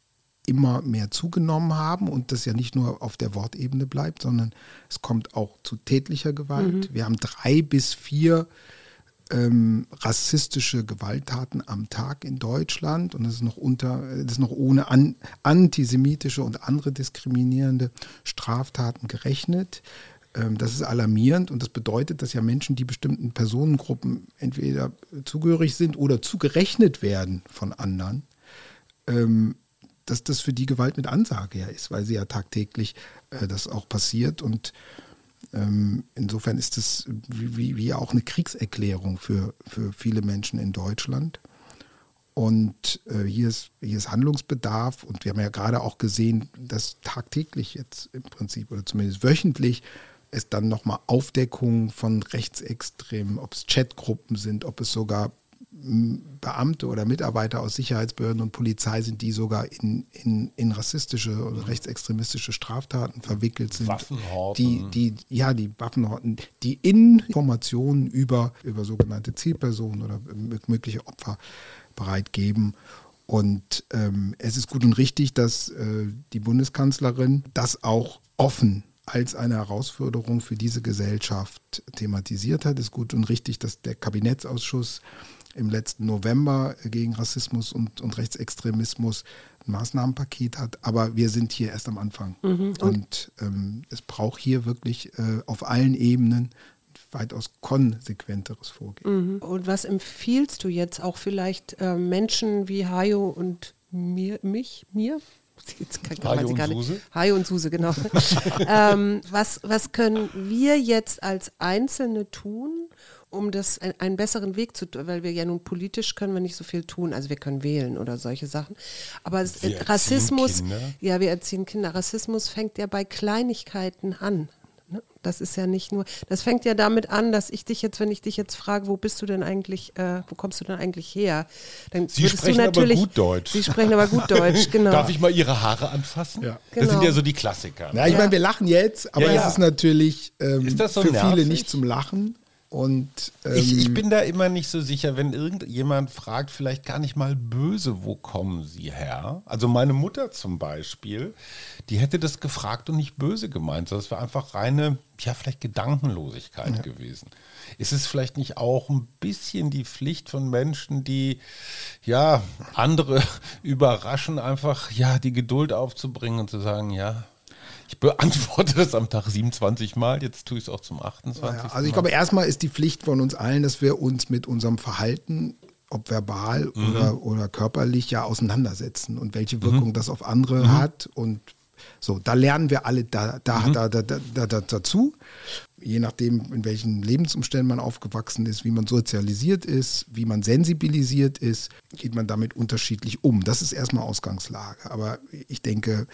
immer mehr zugenommen haben und das ja nicht nur auf der Wortebene bleibt, sondern es kommt auch zu tätlicher Gewalt. Wir haben 3 bis 4 rassistische Gewalttaten am Tag in Deutschland und das ist noch ohne antisemitische und andere diskriminierende Straftaten gerechnet. Das ist alarmierend und das bedeutet, dass ja Menschen, die bestimmten Personengruppen entweder zugehörig sind oder zugerechnet werden von anderen, dass das für die Gewalt mit Ansage ja ist, weil sie ja tagtäglich das auch passiert und insofern ist es wie auch eine Kriegserklärung für viele Menschen in Deutschland. Und hier ist Handlungsbedarf und wir haben ja gerade auch gesehen, dass tagtäglich jetzt im Prinzip oder zumindest wöchentlich es dann nochmal Aufdeckungen von Rechtsextremen, ob es Chatgruppen sind, ob es sogar Beamte oder Mitarbeiter aus Sicherheitsbehörden und Polizei sind, die sogar in rassistische oder rechtsextremistische Straftaten verwickelt sind. Waffenhorten. Die Waffenhorten, die Informationen über sogenannte Zielpersonen oder mögliche Opfer bereitgeben. Und es ist gut und richtig, dass die Bundeskanzlerin das auch offen als eine Herausforderung für diese Gesellschaft thematisiert hat. Es ist gut und richtig, dass der Kabinettsausschuss im letzten November gegen Rassismus und Rechtsextremismus ein Maßnahmenpaket hat. Aber wir sind hier erst am Anfang. Und es braucht hier wirklich auf allen Ebenen weitaus konsequenteres Vorgehen. Und was empfiehlst du jetzt auch vielleicht Menschen wie Hajo und mir? Hajo und Suse, genau. Was können wir jetzt als Einzelne tun, um das einen besseren Weg zu tun, weil wir ja nun politisch können wir nicht so viel tun, also wir können wählen oder solche Sachen. Aber Rassismus, wir erziehen Kinder. Rassismus fängt ja bei Kleinigkeiten an. Das ist ja nicht nur, das fängt ja damit an, dass wenn ich dich jetzt frage, wo kommst du denn eigentlich her? Dann Sie sprechen aber gut Deutsch. Sie sprechen aber gut Deutsch, genau. Darf ich mal Ihre Haare anfassen? Ja. Genau. Das sind ja so die Klassiker. Na, ich meine, wir lachen jetzt, aber es ist natürlich ist das so für nervig? viele nicht zum Lachen. Und ich bin da immer nicht so sicher, wenn irgendjemand fragt, vielleicht gar nicht mal böse, wo kommen Sie her? Also meine Mutter zum Beispiel, die hätte das gefragt und nicht böse gemeint, sondern es war einfach reine, vielleicht Gedankenlosigkeit gewesen. Ist es vielleicht nicht auch ein bisschen die Pflicht von Menschen, die andere überraschen, einfach die Geduld aufzubringen und zu sagen, ich beantworte das am Tag 27 Mal, jetzt tue ich es auch zum 28. Also ich glaube, erstmal ist die Pflicht von uns allen, dass wir uns mit unserem Verhalten, ob verbal oder körperlich, auseinandersetzen und welche Wirkung das auf andere hat. Und so, da lernen wir alle dazu. Je nachdem, in welchen Lebensumständen man aufgewachsen ist, wie man sozialisiert ist, wie man sensibilisiert ist, geht man damit unterschiedlich um. Das ist erstmal Ausgangslage. Aber ich denke,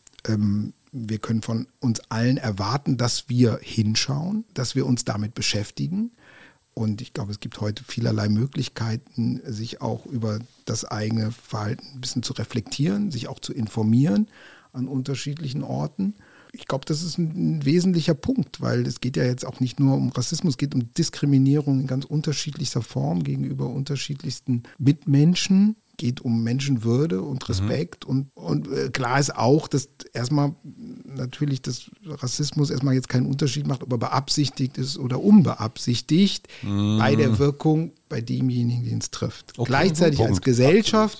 wir können von uns allen erwarten, dass wir hinschauen, dass wir uns damit beschäftigen. Und ich glaube, es gibt heute vielerlei Möglichkeiten, sich auch über das eigene Verhalten ein bisschen zu reflektieren, sich auch zu informieren an unterschiedlichen Orten. Ich glaube, das ist ein wesentlicher Punkt, weil es geht ja jetzt auch nicht nur um Rassismus, es geht um Diskriminierung in ganz unterschiedlichster Form gegenüber unterschiedlichsten Mitmenschen. Geht um Menschenwürde und Respekt und klar ist auch, dass erstmal natürlich das Rassismus erstmal jetzt keinen Unterschied macht, ob er beabsichtigt ist oder unbeabsichtigt bei der Wirkung bei demjenigen, den es trifft. Okay, gleichzeitig als Gesellschaft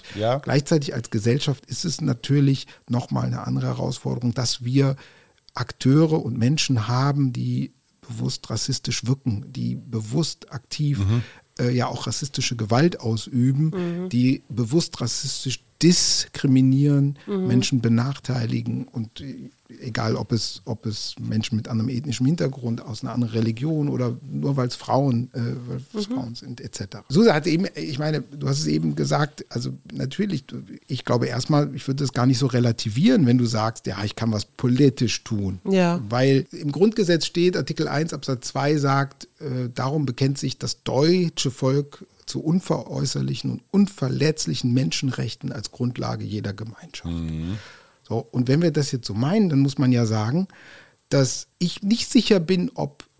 ist es natürlich nochmal eine andere Herausforderung, dass wir Akteure und Menschen haben, die bewusst rassistisch wirken, die bewusst aktiv auch rassistische Gewalt ausüben, die bewusst rassistisch diskriminieren, Menschen benachteiligen und egal, ob es Menschen mit anderem ethnischen Hintergrund, aus einer anderen Religion oder nur weil es Frauen sind, etc. Suse hatte eben, ich meine, du hast es eben gesagt, also natürlich, ich glaube erstmal, ich würde das gar nicht so relativieren, wenn du sagst, ich kann was politisch tun. Ja. Weil im Grundgesetz steht, Artikel 1 Absatz 2 sagt, darum bekennt sich das deutsche Volk zu unveräußerlichen und unverletzlichen Menschenrechten als Grundlage jeder Gemeinschaft. So, und wenn wir das jetzt so meinen, dann muss man ja sagen, dass ich nicht sicher bin, ob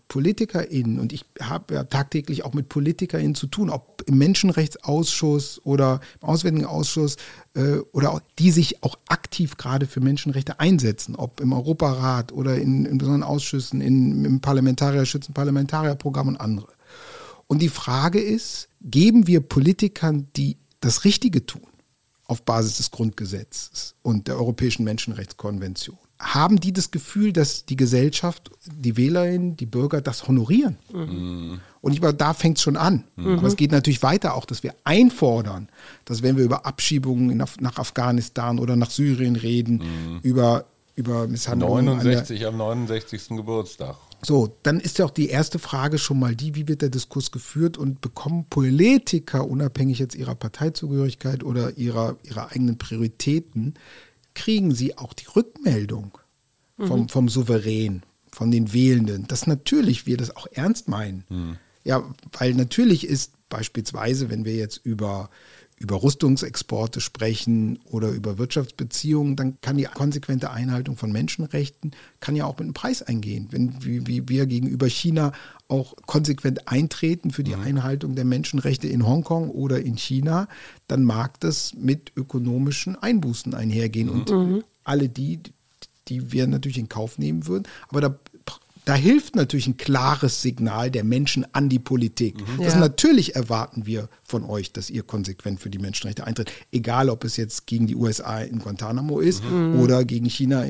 PolitikerInnen, und ich habe ja tagtäglich auch mit PolitikerInnen zu tun, ob im Menschenrechtsausschuss oder im Auswärtigen Ausschuss oder auch, die sich auch aktiv gerade für Menschenrechte einsetzen, ob im Europarat oder in besonderen Ausschüssen, im Parlamentarierschützen, Parlamentarierprogramm und andere. Und die Frage ist, geben wir Politikern, die das Richtige tun, auf Basis des Grundgesetzes und der Europäischen Menschenrechtskonvention, haben die das Gefühl, dass die Gesellschaft, die Wählerinnen, die Bürger das honorieren? Und ich glaube, da fängt es schon an. Aber es geht natürlich weiter auch, dass wir einfordern, dass wenn wir über Abschiebungen nach Afghanistan oder nach Syrien reden, über Misshandlungen. 69 am 69. Geburtstag. So, dann ist ja auch die erste Frage schon mal die, wie wird der Diskurs geführt und bekommen Politiker, unabhängig jetzt ihrer Parteizugehörigkeit oder ihrer eigenen Prioritäten, kriegen sie auch die Rückmeldung vom Souverän, von den Wählenden, dass natürlich wir das auch ernst meinen. Ja, weil natürlich ist beispielsweise, wenn wir jetzt über Rüstungsexporte sprechen oder über Wirtschaftsbeziehungen, dann kann die konsequente Einhaltung von Menschenrechten kann ja auch mit einem Preis eingehen. Wenn wie wir gegenüber China auch konsequent eintreten für die Einhaltung der Menschenrechte in Hongkong oder in China, dann mag das mit ökonomischen Einbußen einhergehen. Und alle die wir natürlich in Kauf nehmen würden. Aber da hilft natürlich ein klares Signal der Menschen an die Politik. Das natürlich erwarten wir von euch, dass ihr konsequent für die Menschenrechte eintritt. Egal, ob es jetzt gegen die USA in Guantanamo ist oder gegen China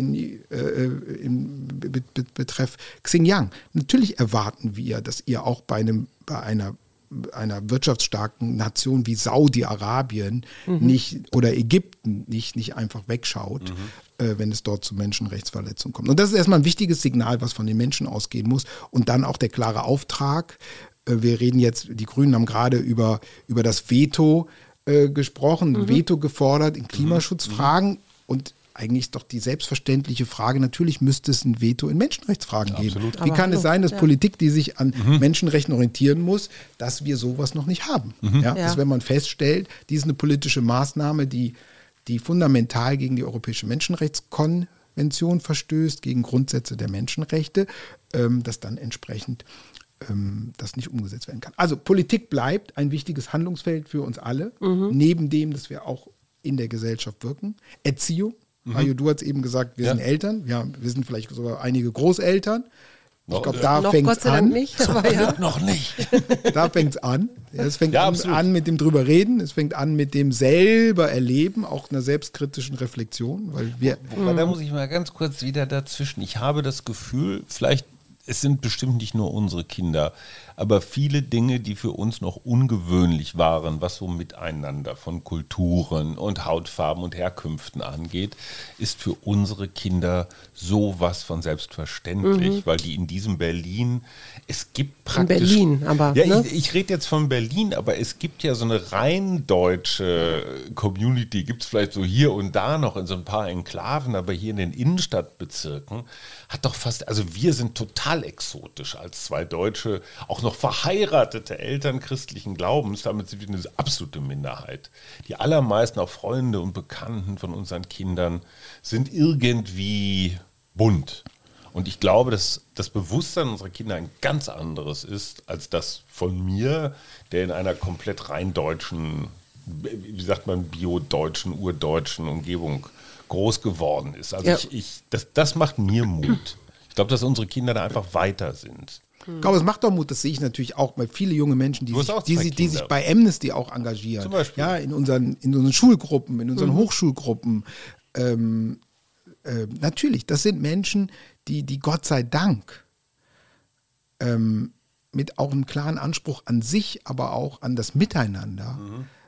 betreff Xinjiang. Natürlich erwarten wir, dass ihr auch bei einer wirtschaftsstarken Nation wie Saudi-Arabien nicht oder Ägypten nicht einfach wegschaut, wenn es dort zu Menschenrechtsverletzungen kommt. Und das ist erstmal ein wichtiges Signal, was von den Menschen ausgehen muss. Und dann auch der klare Auftrag. Wir reden jetzt, die Grünen haben gerade über das Veto gesprochen, Veto gefordert in Klimaschutzfragen. Und eigentlich ist doch die selbstverständliche Frage, natürlich müsste es ein Veto in Menschenrechtsfragen geben. Wie kann es sein, dass Politik, die sich an Menschenrechten orientieren muss, dass wir sowas noch nicht haben? Dass wenn man feststellt, dies ist eine politische Maßnahme, die fundamental gegen die Europäische Menschenrechtskonvention verstößt, gegen Grundsätze der Menschenrechte, dass dann entsprechend das nicht umgesetzt werden kann. Also Politik bleibt ein wichtiges Handlungsfeld für uns alle, neben dem, dass wir auch in der Gesellschaft wirken. Erziehung. Hajo, du hast eben gesagt, wir sind Eltern, wir sind vielleicht sogar einige Großeltern. Ich glaube, da fängt es an. Nicht, aber ja. Noch nicht. Da fängt es an. Es fängt an mit dem drüber reden, es fängt an mit dem selber erleben, auch einer selbstkritischen Reflexion. Wobei, da muss ich mal ganz kurz wieder dazwischen. Ich habe das Gefühl, es sind bestimmt nicht nur unsere Kinder, aber viele Dinge, die für uns noch ungewöhnlich waren, was so Miteinander von Kulturen und Hautfarben und Herkünften angeht, ist für unsere Kinder sowas von selbstverständlich, weil die in diesem Berlin, es gibt praktisch... In Berlin, aber... Ja, ne? ich rede jetzt von Berlin, aber es gibt ja so eine rein deutsche Community, gibt es vielleicht so hier und da noch in so ein paar Enklaven, aber hier in den Innenstadtbezirken hat doch fast, also wir sind total exotisch als zwei Deutsche, auch noch verheiratete Eltern christlichen Glaubens, damit sind wir eine absolute Minderheit. Die allermeisten, auch Freunde und Bekannten von unseren Kindern, sind irgendwie bunt. Und ich glaube, dass das Bewusstsein unserer Kinder ein ganz anderes ist, als das von mir, der in einer komplett rein deutschen, wie sagt man, bio-deutschen, urdeutschen Umgebung groß geworden ist. Also das macht mir Mut. Ich glaube, dass unsere Kinder da einfach weiter sind. Ich glaube, es macht doch Mut, das sehe ich natürlich auch bei vielen jungen Menschen, die sich bei Amnesty auch engagieren. Zum Beispiel. Ja, in unseren Schulgruppen, in unseren Hochschulgruppen. Natürlich, das sind Menschen, die Gott sei Dank mit auch einem klaren Anspruch an sich, aber auch an das Miteinander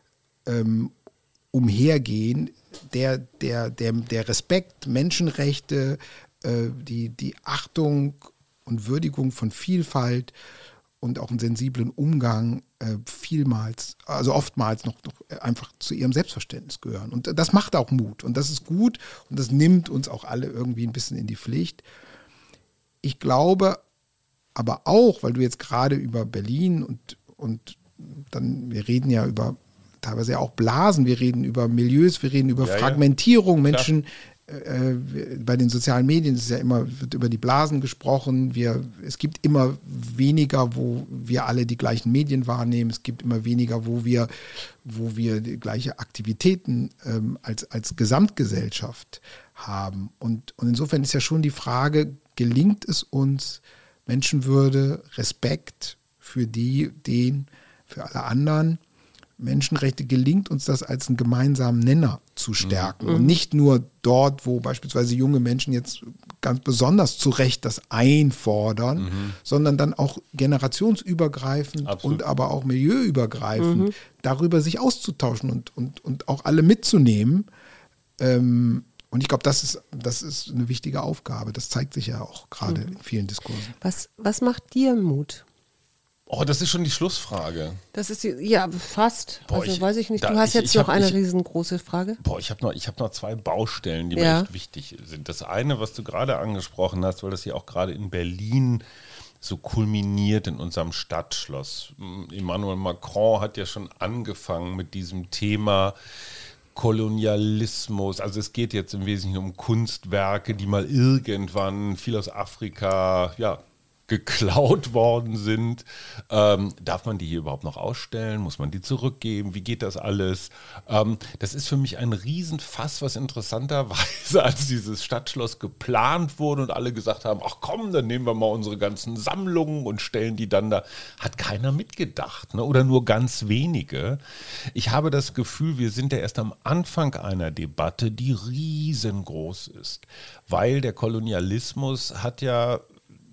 umhergehen, der Respekt, Menschenrechte, die Achtung und Würdigung von Vielfalt und auch einen sensiblen Umgang oftmals noch einfach zu ihrem Selbstverständnis gehören. Und das macht auch Mut und das ist gut und das nimmt uns auch alle irgendwie ein bisschen in die Pflicht. Ich glaube aber auch, weil du jetzt gerade über Berlin und dann, wir reden ja über teilweise ja auch Blasen, wir reden über Milieus, wir reden über Fragmentierung, Menschen bei den sozialen Medien ist es ja immer, wird über die Blasen gesprochen. Es gibt immer weniger, wo wir alle die gleichen Medien wahrnehmen. Es gibt immer weniger, wo wir die gleiche Aktivitäten als Gesamtgesellschaft haben. Und insofern ist ja schon die Frage, gelingt es uns, Menschenwürde, Respekt für für alle anderen, Menschenrechte, gelingt uns das als einen gemeinsamen Nenner zu stärken und nicht nur dort, wo beispielsweise junge Menschen jetzt ganz besonders zu Recht das einfordern, sondern dann auch generationsübergreifend und aber auch milieuübergreifend darüber sich auszutauschen und auch alle mitzunehmen. Und ich glaube, das ist eine wichtige Aufgabe. Das zeigt sich ja auch gerade in vielen Diskursen. Was macht dir Mut? Oh, das ist schon die Schlussfrage. Das ist fast. Boah, weiß ich nicht. Du hast jetzt noch eine riesengroße Frage. Ich habe noch 2 Baustellen, die mir echt wichtig sind. Das eine, was du gerade angesprochen hast, weil das hier auch gerade in Berlin so kulminiert in unserem Stadtschloss. Emmanuel Macron hat ja schon angefangen mit diesem Thema Kolonialismus. Also es geht jetzt im Wesentlichen um Kunstwerke, die mal irgendwann viel aus Afrika, geklaut worden sind. Darf man die hier überhaupt noch ausstellen? Muss man die zurückgeben? Wie geht das alles? Das ist für mich ein Riesenfass, was interessanterweise, als dieses Stadtschloss geplant wurde und alle gesagt haben, ach komm, dann nehmen wir mal unsere ganzen Sammlungen und stellen die dann da, hat keiner mitgedacht, ne? Oder nur ganz wenige. Ich habe das Gefühl, wir sind ja erst am Anfang einer Debatte, die riesengroß ist, weil der Kolonialismus hat ja,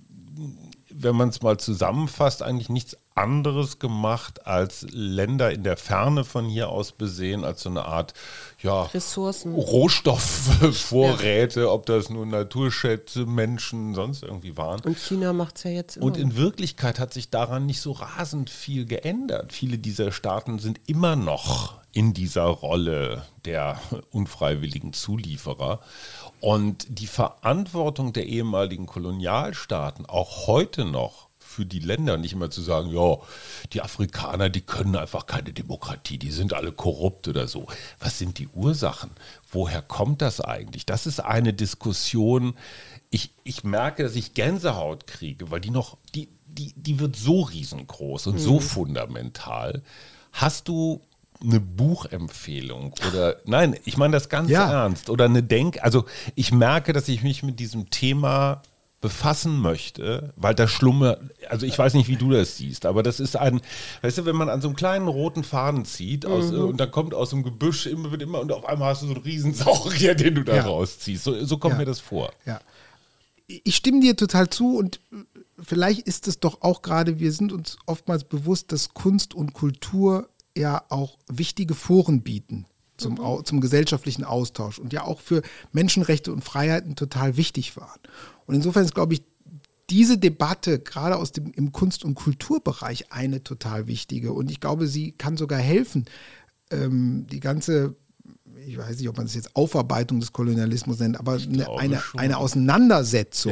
wenn man es mal zusammenfasst, eigentlich nichts anderes gemacht, als Länder in der Ferne von hier aus besehen, als so eine Art Ressourcen, Rohstoffvorräte, ob das nur Naturschätze, Menschen, sonst irgendwie waren. Und China macht es ja jetzt immer. Und in Wirklichkeit hat sich daran nicht so rasend viel geändert. Viele dieser Staaten sind immer noch in dieser Rolle der unfreiwilligen Zulieferer. Und die Verantwortung der ehemaligen Kolonialstaaten, auch heute noch für die Länder, nicht immer zu sagen, die Afrikaner, die können einfach keine Demokratie, die sind alle korrupt oder so. Was sind die Ursachen? Woher kommt das eigentlich? Das ist eine Diskussion, ich merke, dass ich Gänsehaut kriege, weil die wird so riesengroß und so fundamental. Hast du eine Buchempfehlung oder, nein, ich meine das ganz ernst, oder also ich merke, dass ich mich mit diesem Thema befassen möchte, weil da also ich weiß nicht, wie du das siehst, aber das ist weißt du, wenn man an so einem kleinen roten Faden zieht und dann kommt aus dem Gebüsch wird immer und auf einmal hast du so einen Riesensaurier, den du da rausziehst. So kommt mir das vor. Ja. Ich stimme dir total zu und vielleicht ist es doch auch gerade, wir sind uns oftmals bewusst, dass Kunst und Kultur ja auch wichtige Foren bieten zum gesellschaftlichen Austausch und ja auch für Menschenrechte und Freiheiten total wichtig waren. Und insofern ist, glaube ich, diese Debatte gerade im Kunst- und Kulturbereich eine total wichtige. Und ich glaube, sie kann sogar helfen, die ganze, ich weiß nicht, ob man es jetzt Aufarbeitung des Kolonialismus nennt, aber eine Auseinandersetzung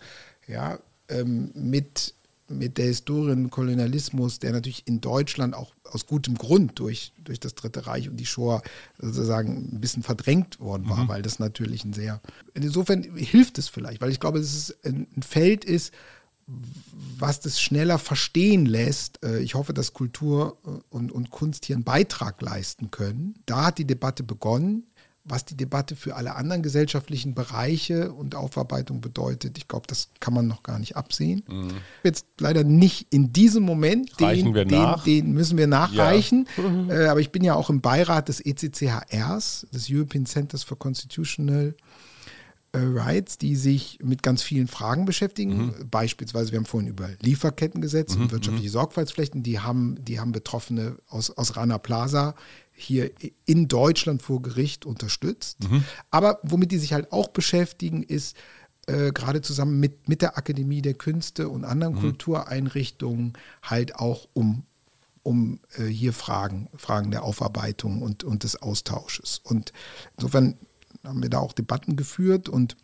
mit der Historie und Kolonialismus, der natürlich in Deutschland auch aus gutem Grund durch das Dritte Reich und die Shoah sozusagen ein bisschen verdrängt worden war, weil das natürlich insofern hilft es vielleicht, weil ich glaube, dass es ein Feld ist, was das schneller verstehen lässt. Ich hoffe, dass Kultur und Kunst hier einen Beitrag leisten können. Da hat die Debatte begonnen. Was die Debatte für alle anderen gesellschaftlichen Bereiche und Aufarbeitung bedeutet, ich glaube, das kann man noch gar nicht absehen. Jetzt leider nicht in diesem Moment, den müssen wir nachreichen. Ja. Aber ich bin ja auch im Beirat des ECCHRs, des European Centers for Constitutional Rights, die sich mit ganz vielen Fragen beschäftigen. Beispielsweise, wir haben vorhin über Lieferkettengesetz und wirtschaftliche Sorgfaltspflichten, die haben Betroffene aus Rana Plaza hier in Deutschland vor Gericht unterstützt. Aber womit die sich halt auch beschäftigen, ist gerade zusammen mit der Akademie der Künste und anderen Kultureinrichtungen halt auch um hier Fragen der Aufarbeitung und des Austausches. Und insofern haben wir da auch Debatten geführt und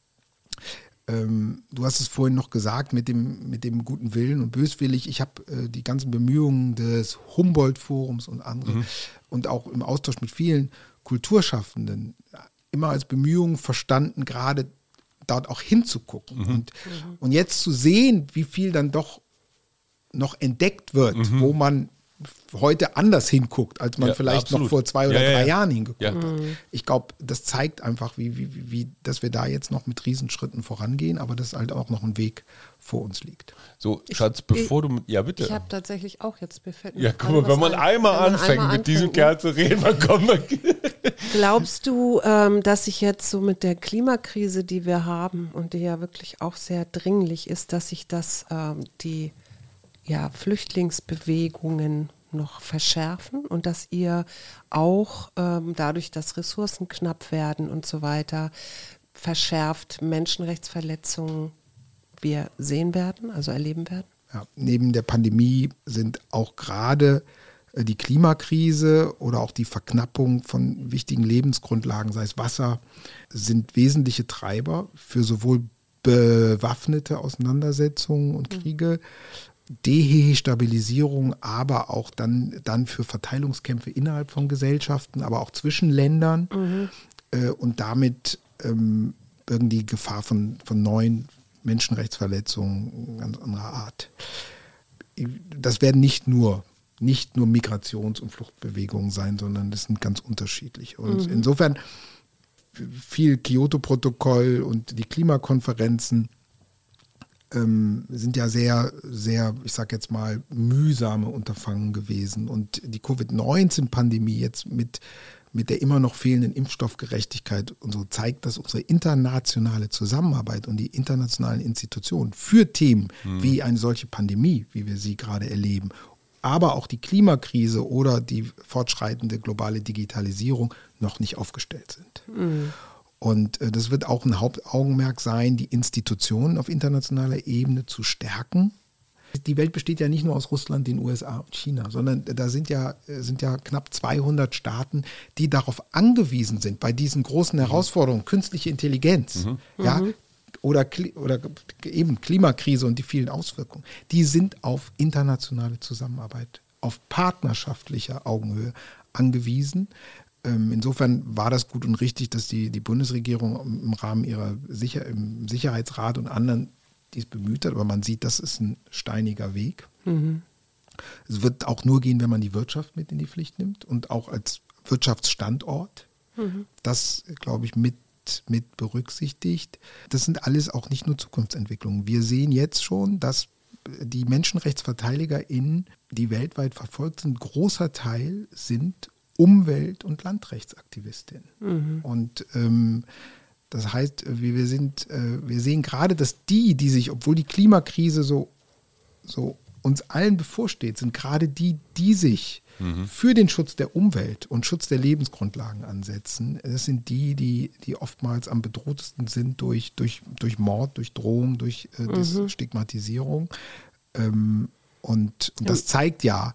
du hast es vorhin noch gesagt mit dem guten Willen und böswillig. Ich habe die ganzen Bemühungen des Humboldt-Forums und anderen und auch im Austausch mit vielen Kulturschaffenden immer als Bemühung verstanden, gerade dort auch hinzugucken. Und jetzt zu sehen, wie viel dann doch noch entdeckt wird, wo man heute anders hinguckt, als man vielleicht absolut. noch vor 2 oder 3 Jahren hingeguckt Ja. hat. Ich glaube, das zeigt einfach, wie, dass wir da jetzt noch mit Riesenschritten vorangehen, aber dass halt auch noch ein Weg vor uns liegt. So, Schatz, bevor du... Ja, bitte. Ich habe tatsächlich auch jetzt befällt. Ja, guck mal, wenn man einmal anfängt, mit diesem Kerl zu reden, dann kommt man... Glaubst du, dass sich jetzt so mit der Klimakrise, die wir haben und die ja wirklich auch sehr dringlich ist, dass sich das die Flüchtlingsbewegungen noch verschärfen und dass ihr auch dadurch, dass Ressourcen knapp werden und so weiter, verschärft Menschenrechtsverletzungen wir sehen werden, also erleben werden? Ja, neben der Pandemie sind auch gerade die Klimakrise oder auch die Verknappung von wichtigen Lebensgrundlagen, sei es Wasser, sind wesentliche Treiber für sowohl bewaffnete Auseinandersetzungen und Kriege, Destabilisierung, aber auch dann für Verteilungskämpfe innerhalb von Gesellschaften, aber auch zwischen Ländern und damit irgendwie Gefahr von neuen Menschenrechtsverletzungen ganz anderer Art. Das werden nicht nur Migrations- und Fluchtbewegungen sein, sondern das sind ganz unterschiedlich. Und insofern viel Kyoto-Protokoll und die Klimakonferenzen sind ja sehr, sehr, ich sage jetzt mal, mühsame Unterfangen gewesen. Und die Covid-19-Pandemie jetzt mit der immer noch fehlenden Impfstoffgerechtigkeit und so zeigt, dass unsere internationale Zusammenarbeit und die internationalen Institutionen für Themen wie eine solche Pandemie, wie wir sie gerade erleben, aber auch die Klimakrise oder die fortschreitende globale Digitalisierung noch nicht aufgestellt sind. Und das wird auch ein Hauptaugenmerk sein, die Institutionen auf internationaler Ebene zu stärken. Die Welt besteht ja nicht nur aus Russland, den USA und China, sondern da sind ja knapp 200 Staaten, die darauf angewiesen sind, bei diesen großen Herausforderungen, künstliche Intelligenz, oder eben Klimakrise und die vielen Auswirkungen, die sind auf internationale Zusammenarbeit, auf partnerschaftlicher Augenhöhe angewiesen. Insofern war das gut und richtig, dass die Bundesregierung im Rahmen ihrer im Sicherheitsrat und anderen dies bemüht hat, aber man sieht, das ist ein steiniger Weg. Es wird auch nur gehen, wenn man die Wirtschaft mit in die Pflicht nimmt und auch als Wirtschaftsstandort. Das, glaube ich, mit berücksichtigt. Das sind alles auch nicht nur Zukunftsentwicklungen. Wir sehen jetzt schon, dass die MenschenrechtsverteidigerInnen, die weltweit verfolgt sind, großer Teil sind Umwelt- und Landrechtsaktivistinnen. Und das heißt, wir sehen gerade, dass die sich, obwohl die Klimakrise so uns allen bevorsteht, sind gerade die sich für den Schutz der Umwelt und Schutz der Lebensgrundlagen ansetzen. Das sind die oftmals am bedrohtesten sind durch Mord, durch Drohung, durch Stigmatisierung. Und das zeigt ja,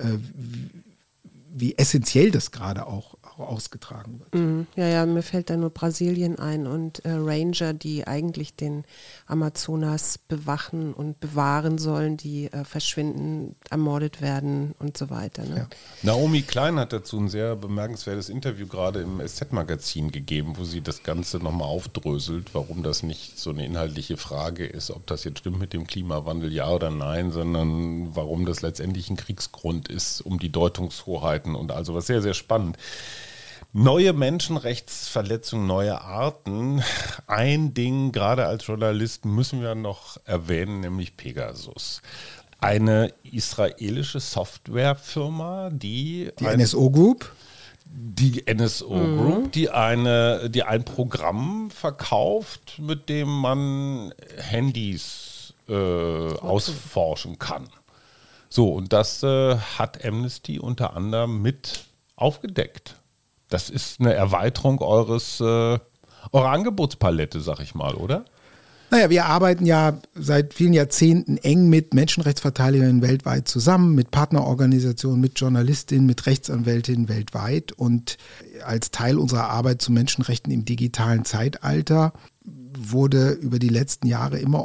wie essentiell das gerade auch ausgetragen wird. Ja, mir fällt da nur Brasilien ein und Ranger, die eigentlich den Amazonas bewachen und bewahren sollen, die verschwinden, ermordet werden und so weiter. Ne? Ja. Naomi Klein hat dazu ein sehr bemerkenswertes Interview gerade im SZ-Magazin gegeben, wo sie das Ganze nochmal aufdröselt, warum das nicht so eine inhaltliche Frage ist, ob das jetzt stimmt mit dem Klimawandel, ja oder nein, sondern warum das letztendlich ein Kriegsgrund ist, um die Deutungshoheiten und also was sehr, sehr spannend. Neue Menschenrechtsverletzungen, neue Arten. Ein Ding, gerade als Journalisten, müssen wir noch erwähnen, nämlich Pegasus. Eine israelische Softwarefirma, die NSO Group? Die NSO Group, die ein Programm verkauft, mit dem man Handys ausforschen kann. So, und das hat Amnesty unter anderem mit aufgedeckt. Das ist eine Erweiterung eurer Angebotspalette, sag ich mal, oder? Naja, wir arbeiten ja seit vielen Jahrzehnten eng mit Menschenrechtsverteidigern weltweit zusammen, mit Partnerorganisationen, mit Journalistinnen, mit Rechtsanwältinnen weltweit. Und als Teil unserer Arbeit zu Menschenrechten im digitalen Zeitalter wurde über die letzten Jahre immer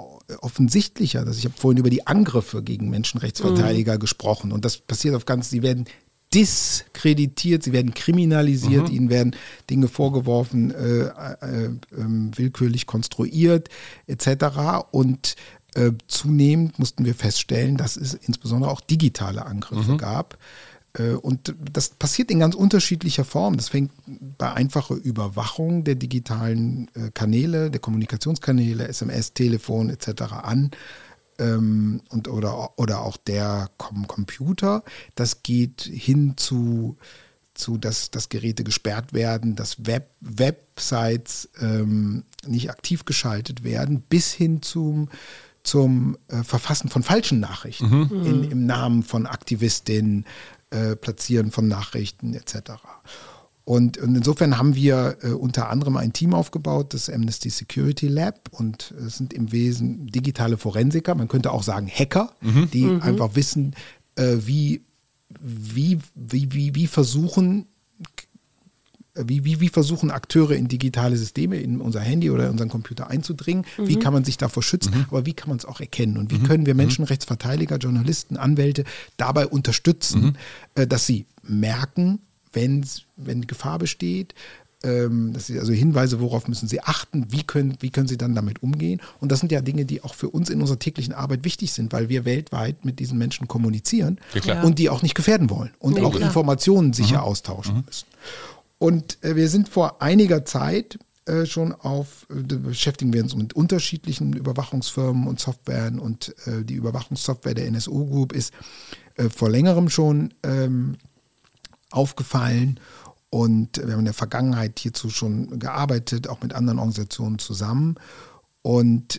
offensichtlicher, ich habe vorhin über die Angriffe gegen Menschenrechtsverteidiger gesprochen und das passiert sie werden diskreditiert, sie werden kriminalisiert, ihnen werden Dinge vorgeworfen, willkürlich konstruiert etc. Und zunehmend mussten wir feststellen, dass es insbesondere auch digitale Angriffe gab. Und das passiert in ganz unterschiedlicher Form. Das fängt bei einfacher Überwachung der digitalen Kanäle, der Kommunikationskanäle, SMS, Telefon etc. an. Oder auch der Computer. Das geht hin zu dass Geräte gesperrt werden, dass Websites nicht aktiv geschaltet werden, bis hin zum Verfassen von falschen Nachrichten im Namen von Aktivistinnen, Platzieren von Nachrichten etc. Und insofern haben wir unter anderem ein Team aufgebaut, das Amnesty Security Lab, und es sind im Wesen digitale Forensiker, man könnte auch sagen Hacker, die einfach wissen, wie versuchen Akteure in digitale Systeme, in unser Handy oder in unseren Computer einzudringen, wie kann man sich davor schützen, aber wie kann man es auch erkennen und wie können wir Menschenrechtsverteidiger, Journalisten, Anwälte dabei unterstützen, dass sie merken, wenn Gefahr besteht, dass sie also Hinweise, worauf müssen sie achten, wie können sie dann damit umgehen. Und das sind ja Dinge, die auch für uns in unserer täglichen Arbeit wichtig sind, weil wir weltweit mit diesen Menschen kommunizieren und die auch nicht gefährden wollen und auch Informationen sicher austauschen müssen. Und wir sind vor einiger Zeit beschäftigen wir uns mit unterschiedlichen Überwachungsfirmen und Softwaren, und die Überwachungssoftware der NSO Group ist vor längerem schon aufgefallen, und wir haben in der Vergangenheit hierzu schon gearbeitet, auch mit anderen Organisationen zusammen, und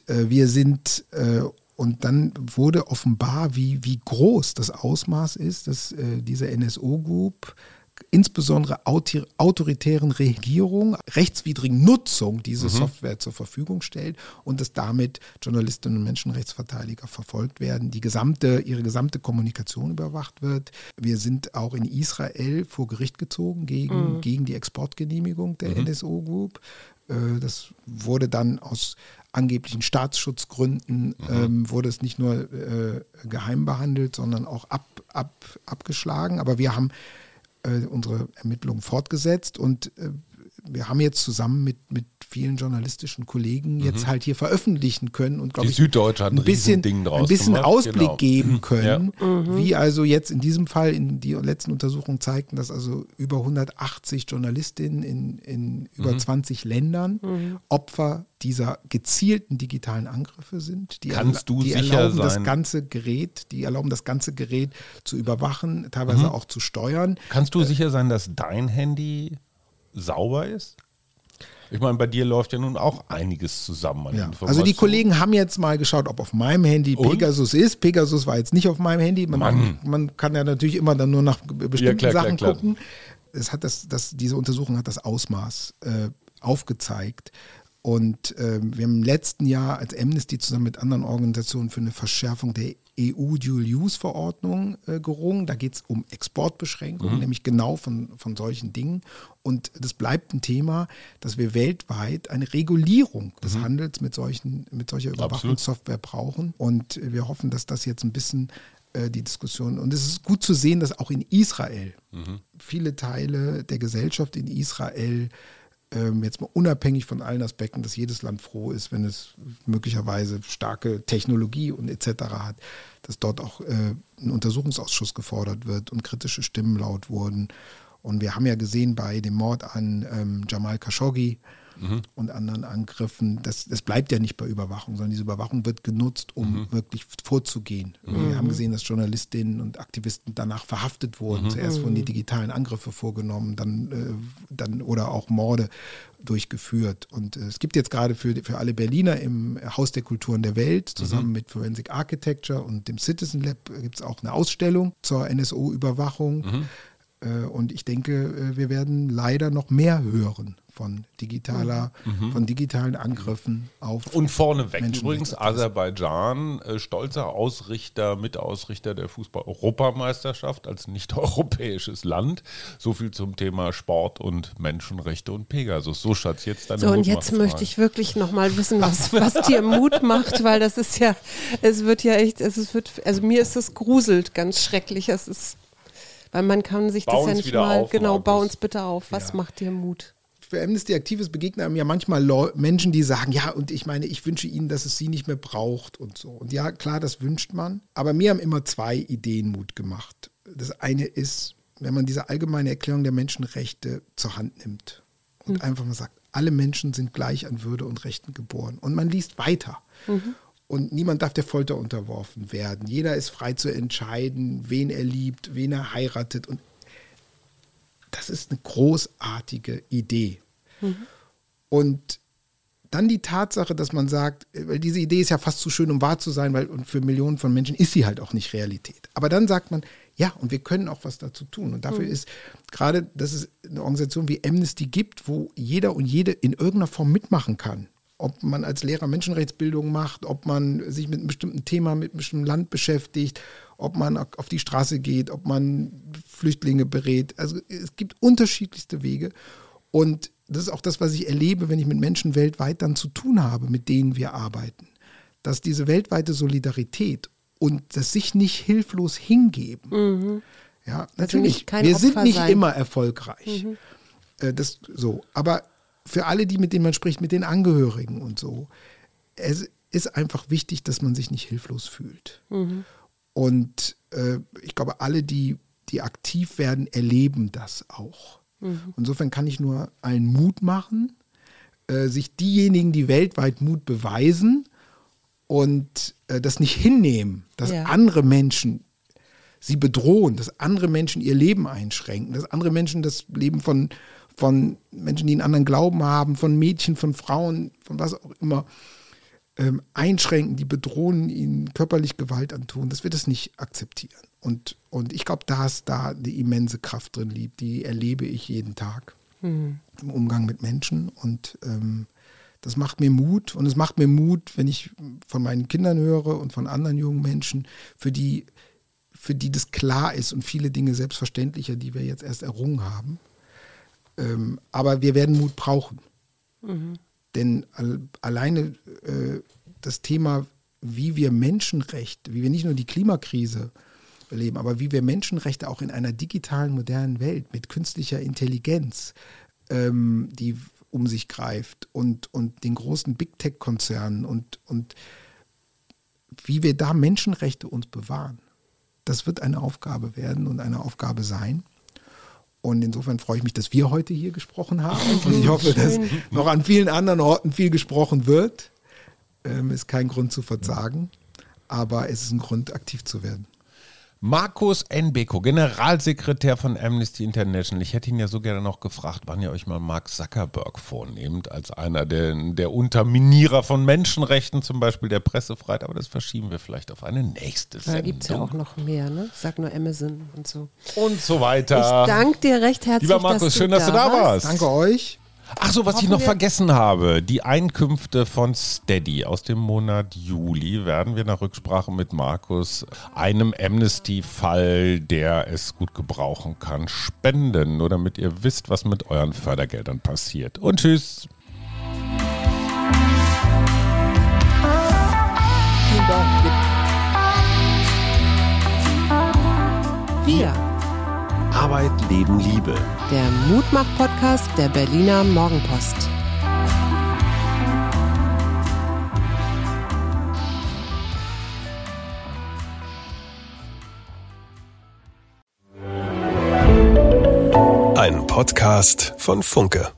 und dann wurde offenbar, wie groß das Ausmaß ist, dass diese NSO Group insbesondere autoritären Regierungen rechtswidrigen Nutzung dieser Software zur Verfügung stellt und dass damit Journalistinnen und Menschenrechtsverteidiger verfolgt werden, ihre gesamte Kommunikation überwacht wird. Wir sind auch in Israel vor Gericht gezogen gegen die Exportgenehmigung der NSO Group. Das wurde dann aus angeblichen Staatsschutzgründen wurde es nicht nur geheim behandelt, sondern auch abgeschlagen. Aber wir haben unsere Ermittlungen fortgesetzt, und wir haben jetzt zusammen mit vielen journalistischen Kollegen jetzt halt hier veröffentlichen können und, glaube ich, Süddeutsche hat ein bisschen Ausblick geben können, wie also jetzt in diesem Fall in die letzten Untersuchungen zeigten, dass also über 180 Journalistinnen in über 20 Ländern Opfer dieser gezielten digitalen Angriffe sind. Die erlauben das ganze Gerät zu überwachen, teilweise auch zu steuern. Kannst du sicher sein, dass dein Handy sauber ist? Ich meine, bei dir läuft ja nun auch einiges zusammen an Informationen. Also die Kollegen haben jetzt mal geschaut, ob auf meinem Handy Pegasus ist. Pegasus war jetzt nicht auf meinem Handy. Man kann ja natürlich immer dann nur nach bestimmten Sachen gucken. Diese Untersuchung hat das Ausmaß aufgezeigt. Und wir haben im letzten Jahr als Amnesty zusammen mit anderen Organisationen für eine Verschärfung der EU-Dual-Use-Verordnung gerungen. Da geht es um Exportbeschränkungen, nämlich genau von solchen Dingen. Und das bleibt ein Thema, dass wir weltweit eine Regulierung des Handels mit solcher Überwachungssoftware brauchen. Und wir hoffen, dass das jetzt ein bisschen die Diskussion, und es ist gut zu sehen, dass auch in Israel viele Teile der Gesellschaft in Israel jetzt mal unabhängig von allen Aspekten, dass jedes Land froh ist, wenn es möglicherweise starke Technologie und etc. hat, dass dort auch ein Untersuchungsausschuss gefordert wird und kritische Stimmen laut wurden. Und wir haben ja gesehen bei dem Mord an Jamal Khashoggi und anderen Angriffen, das bleibt ja nicht bei Überwachung, sondern diese Überwachung wird genutzt, um wirklich vorzugehen. Wir haben gesehen, dass Journalistinnen und Aktivisten danach verhaftet wurden. Zuerst wurden die digitalen Angriffe vorgenommen, dann oder auch Morde durchgeführt. Und es gibt jetzt gerade für alle Berliner im Haus der Kulturen der Welt zusammen mit Forensic Architecture und dem Citizen Lab gibt es auch eine Ausstellung zur NSO-Überwachung. Und ich denke, wir werden leider noch mehr hören von digitalen Angriffen auf Und vorneweg übrigens Aserbaidschan, stolzer Mitausrichter der Fußball-Europameisterschaft als nicht-europäisches Land. So viel zum Thema Sport und Menschenrechte und Pegasus. So, Schatz, jetzt deine Mutmachfrage. Und jetzt möchte ich wirklich nochmal wissen, was dir Mut macht, weil das ist also mir ist das gruselt ganz schrecklich. Weil man kann sich das ja nicht mal, genau, bau uns bitte auf. Was macht dir Mut? Für Amnesty Aktives begegnen einem ja manchmal Menschen, die sagen, ja, und ich meine, ich wünsche Ihnen, dass es Sie nicht mehr braucht und so. Und ja, klar, das wünscht man. Aber mir haben immer 2 Ideen Mut gemacht. Das eine ist, wenn man diese allgemeine Erklärung der Menschenrechte zur Hand nimmt und einfach mal sagt, alle Menschen sind gleich an Würde und Rechten geboren. Und man liest weiter. Und niemand darf der Folter unterworfen werden. Jeder ist frei zu entscheiden, wen er liebt, wen er heiratet. Und das ist eine großartige Idee. Und dann die Tatsache, dass man sagt, weil diese Idee ist ja fast zu schön, um wahr zu sein, weil und für Millionen von Menschen ist sie halt auch nicht Realität. Aber dann sagt man, ja, und wir können auch was dazu tun. Und dafür ist gerade, dass es eine Organisation wie Amnesty gibt, wo jeder und jede in irgendeiner Form mitmachen kann. Ob man als Lehrer Menschenrechtsbildung macht, ob man sich mit einem bestimmten Thema, mit einem bestimmten Land beschäftigt, ob man auf die Straße geht, ob man Flüchtlinge berät. Also es gibt unterschiedlichste Wege. Und das ist auch das, was ich erlebe, wenn ich mit Menschen weltweit dann zu tun habe, mit denen wir arbeiten. Dass diese weltweite Solidarität und das sich nicht hilflos hingeben. Ja, natürlich, wir sind nicht immer erfolgreich. Das so, aber für alle, mit denen man spricht, mit den Angehörigen und so, es ist einfach wichtig, dass man sich nicht hilflos fühlt. Und ich glaube, alle, die aktiv werden, erleben das auch. Insofern kann ich nur allen Mut machen, sich diejenigen, die weltweit Mut beweisen und das nicht hinnehmen, dass andere Menschen sie bedrohen, dass andere Menschen ihr Leben einschränken, dass andere Menschen das Leben von Menschen, die einen anderen Glauben haben, von Mädchen, von Frauen, von was auch immer, einschränken, die bedrohen, ihnen körperlich Gewalt antun, dass wir das nicht akzeptieren. Und ich glaube, dass da die immense Kraft drin liegt, die erlebe ich jeden Tag im Umgang mit Menschen. Und das macht mir Mut. Und es macht mir Mut, wenn ich von meinen Kindern höre und von anderen jungen Menschen, für die das klar ist und viele Dinge selbstverständlicher, die wir jetzt erst errungen haben. Aber wir werden Mut brauchen. Denn alleine das Thema, wie wir Menschenrechte, wie wir nicht nur die Klimakrise erleben, aber wie wir Menschenrechte auch in einer digitalen, modernen Welt mit künstlicher Intelligenz, die um sich greift und den großen Big-Tech-Konzernen und wie wir da Menschenrechte uns bewahren, das wird eine Aufgabe werden und eine Aufgabe sein. Und insofern freue ich mich, dass wir heute hier gesprochen haben. Und ich hoffe, dass noch an vielen anderen Orten viel gesprochen wird. Ist kein Grund zu verzagen, aber es ist ein Grund, aktiv zu werden. Markus Nbeko, Generalsekretär von Amnesty International. Ich hätte ihn ja so gerne noch gefragt, wann ihr euch mal Mark Zuckerberg vornehmt, als einer der Unterminierer von Menschenrechten, zum Beispiel der Pressefreiheit. Aber das verschieben wir vielleicht auf eine nächste Sendung. Da gibt es ja auch noch mehr, ne? Sag nur Amazon und so. Und so weiter. Ich danke dir recht herzlich, lieber Markus, schön, dass du da warst. Danke euch. Ach so, was ich noch vergessen habe, die Einkünfte von Steady aus dem Monat Juli werden wir nach Rücksprache mit Markus einem Amnesty-Fall, der es gut gebrauchen kann, spenden, nur damit ihr wisst, was mit euren Fördergeldern passiert. Und tschüss. Wir. Arbeit, Leben, Liebe. Der Mutmach-Podcast der Berliner Morgenpost. Ein Podcast von Funke.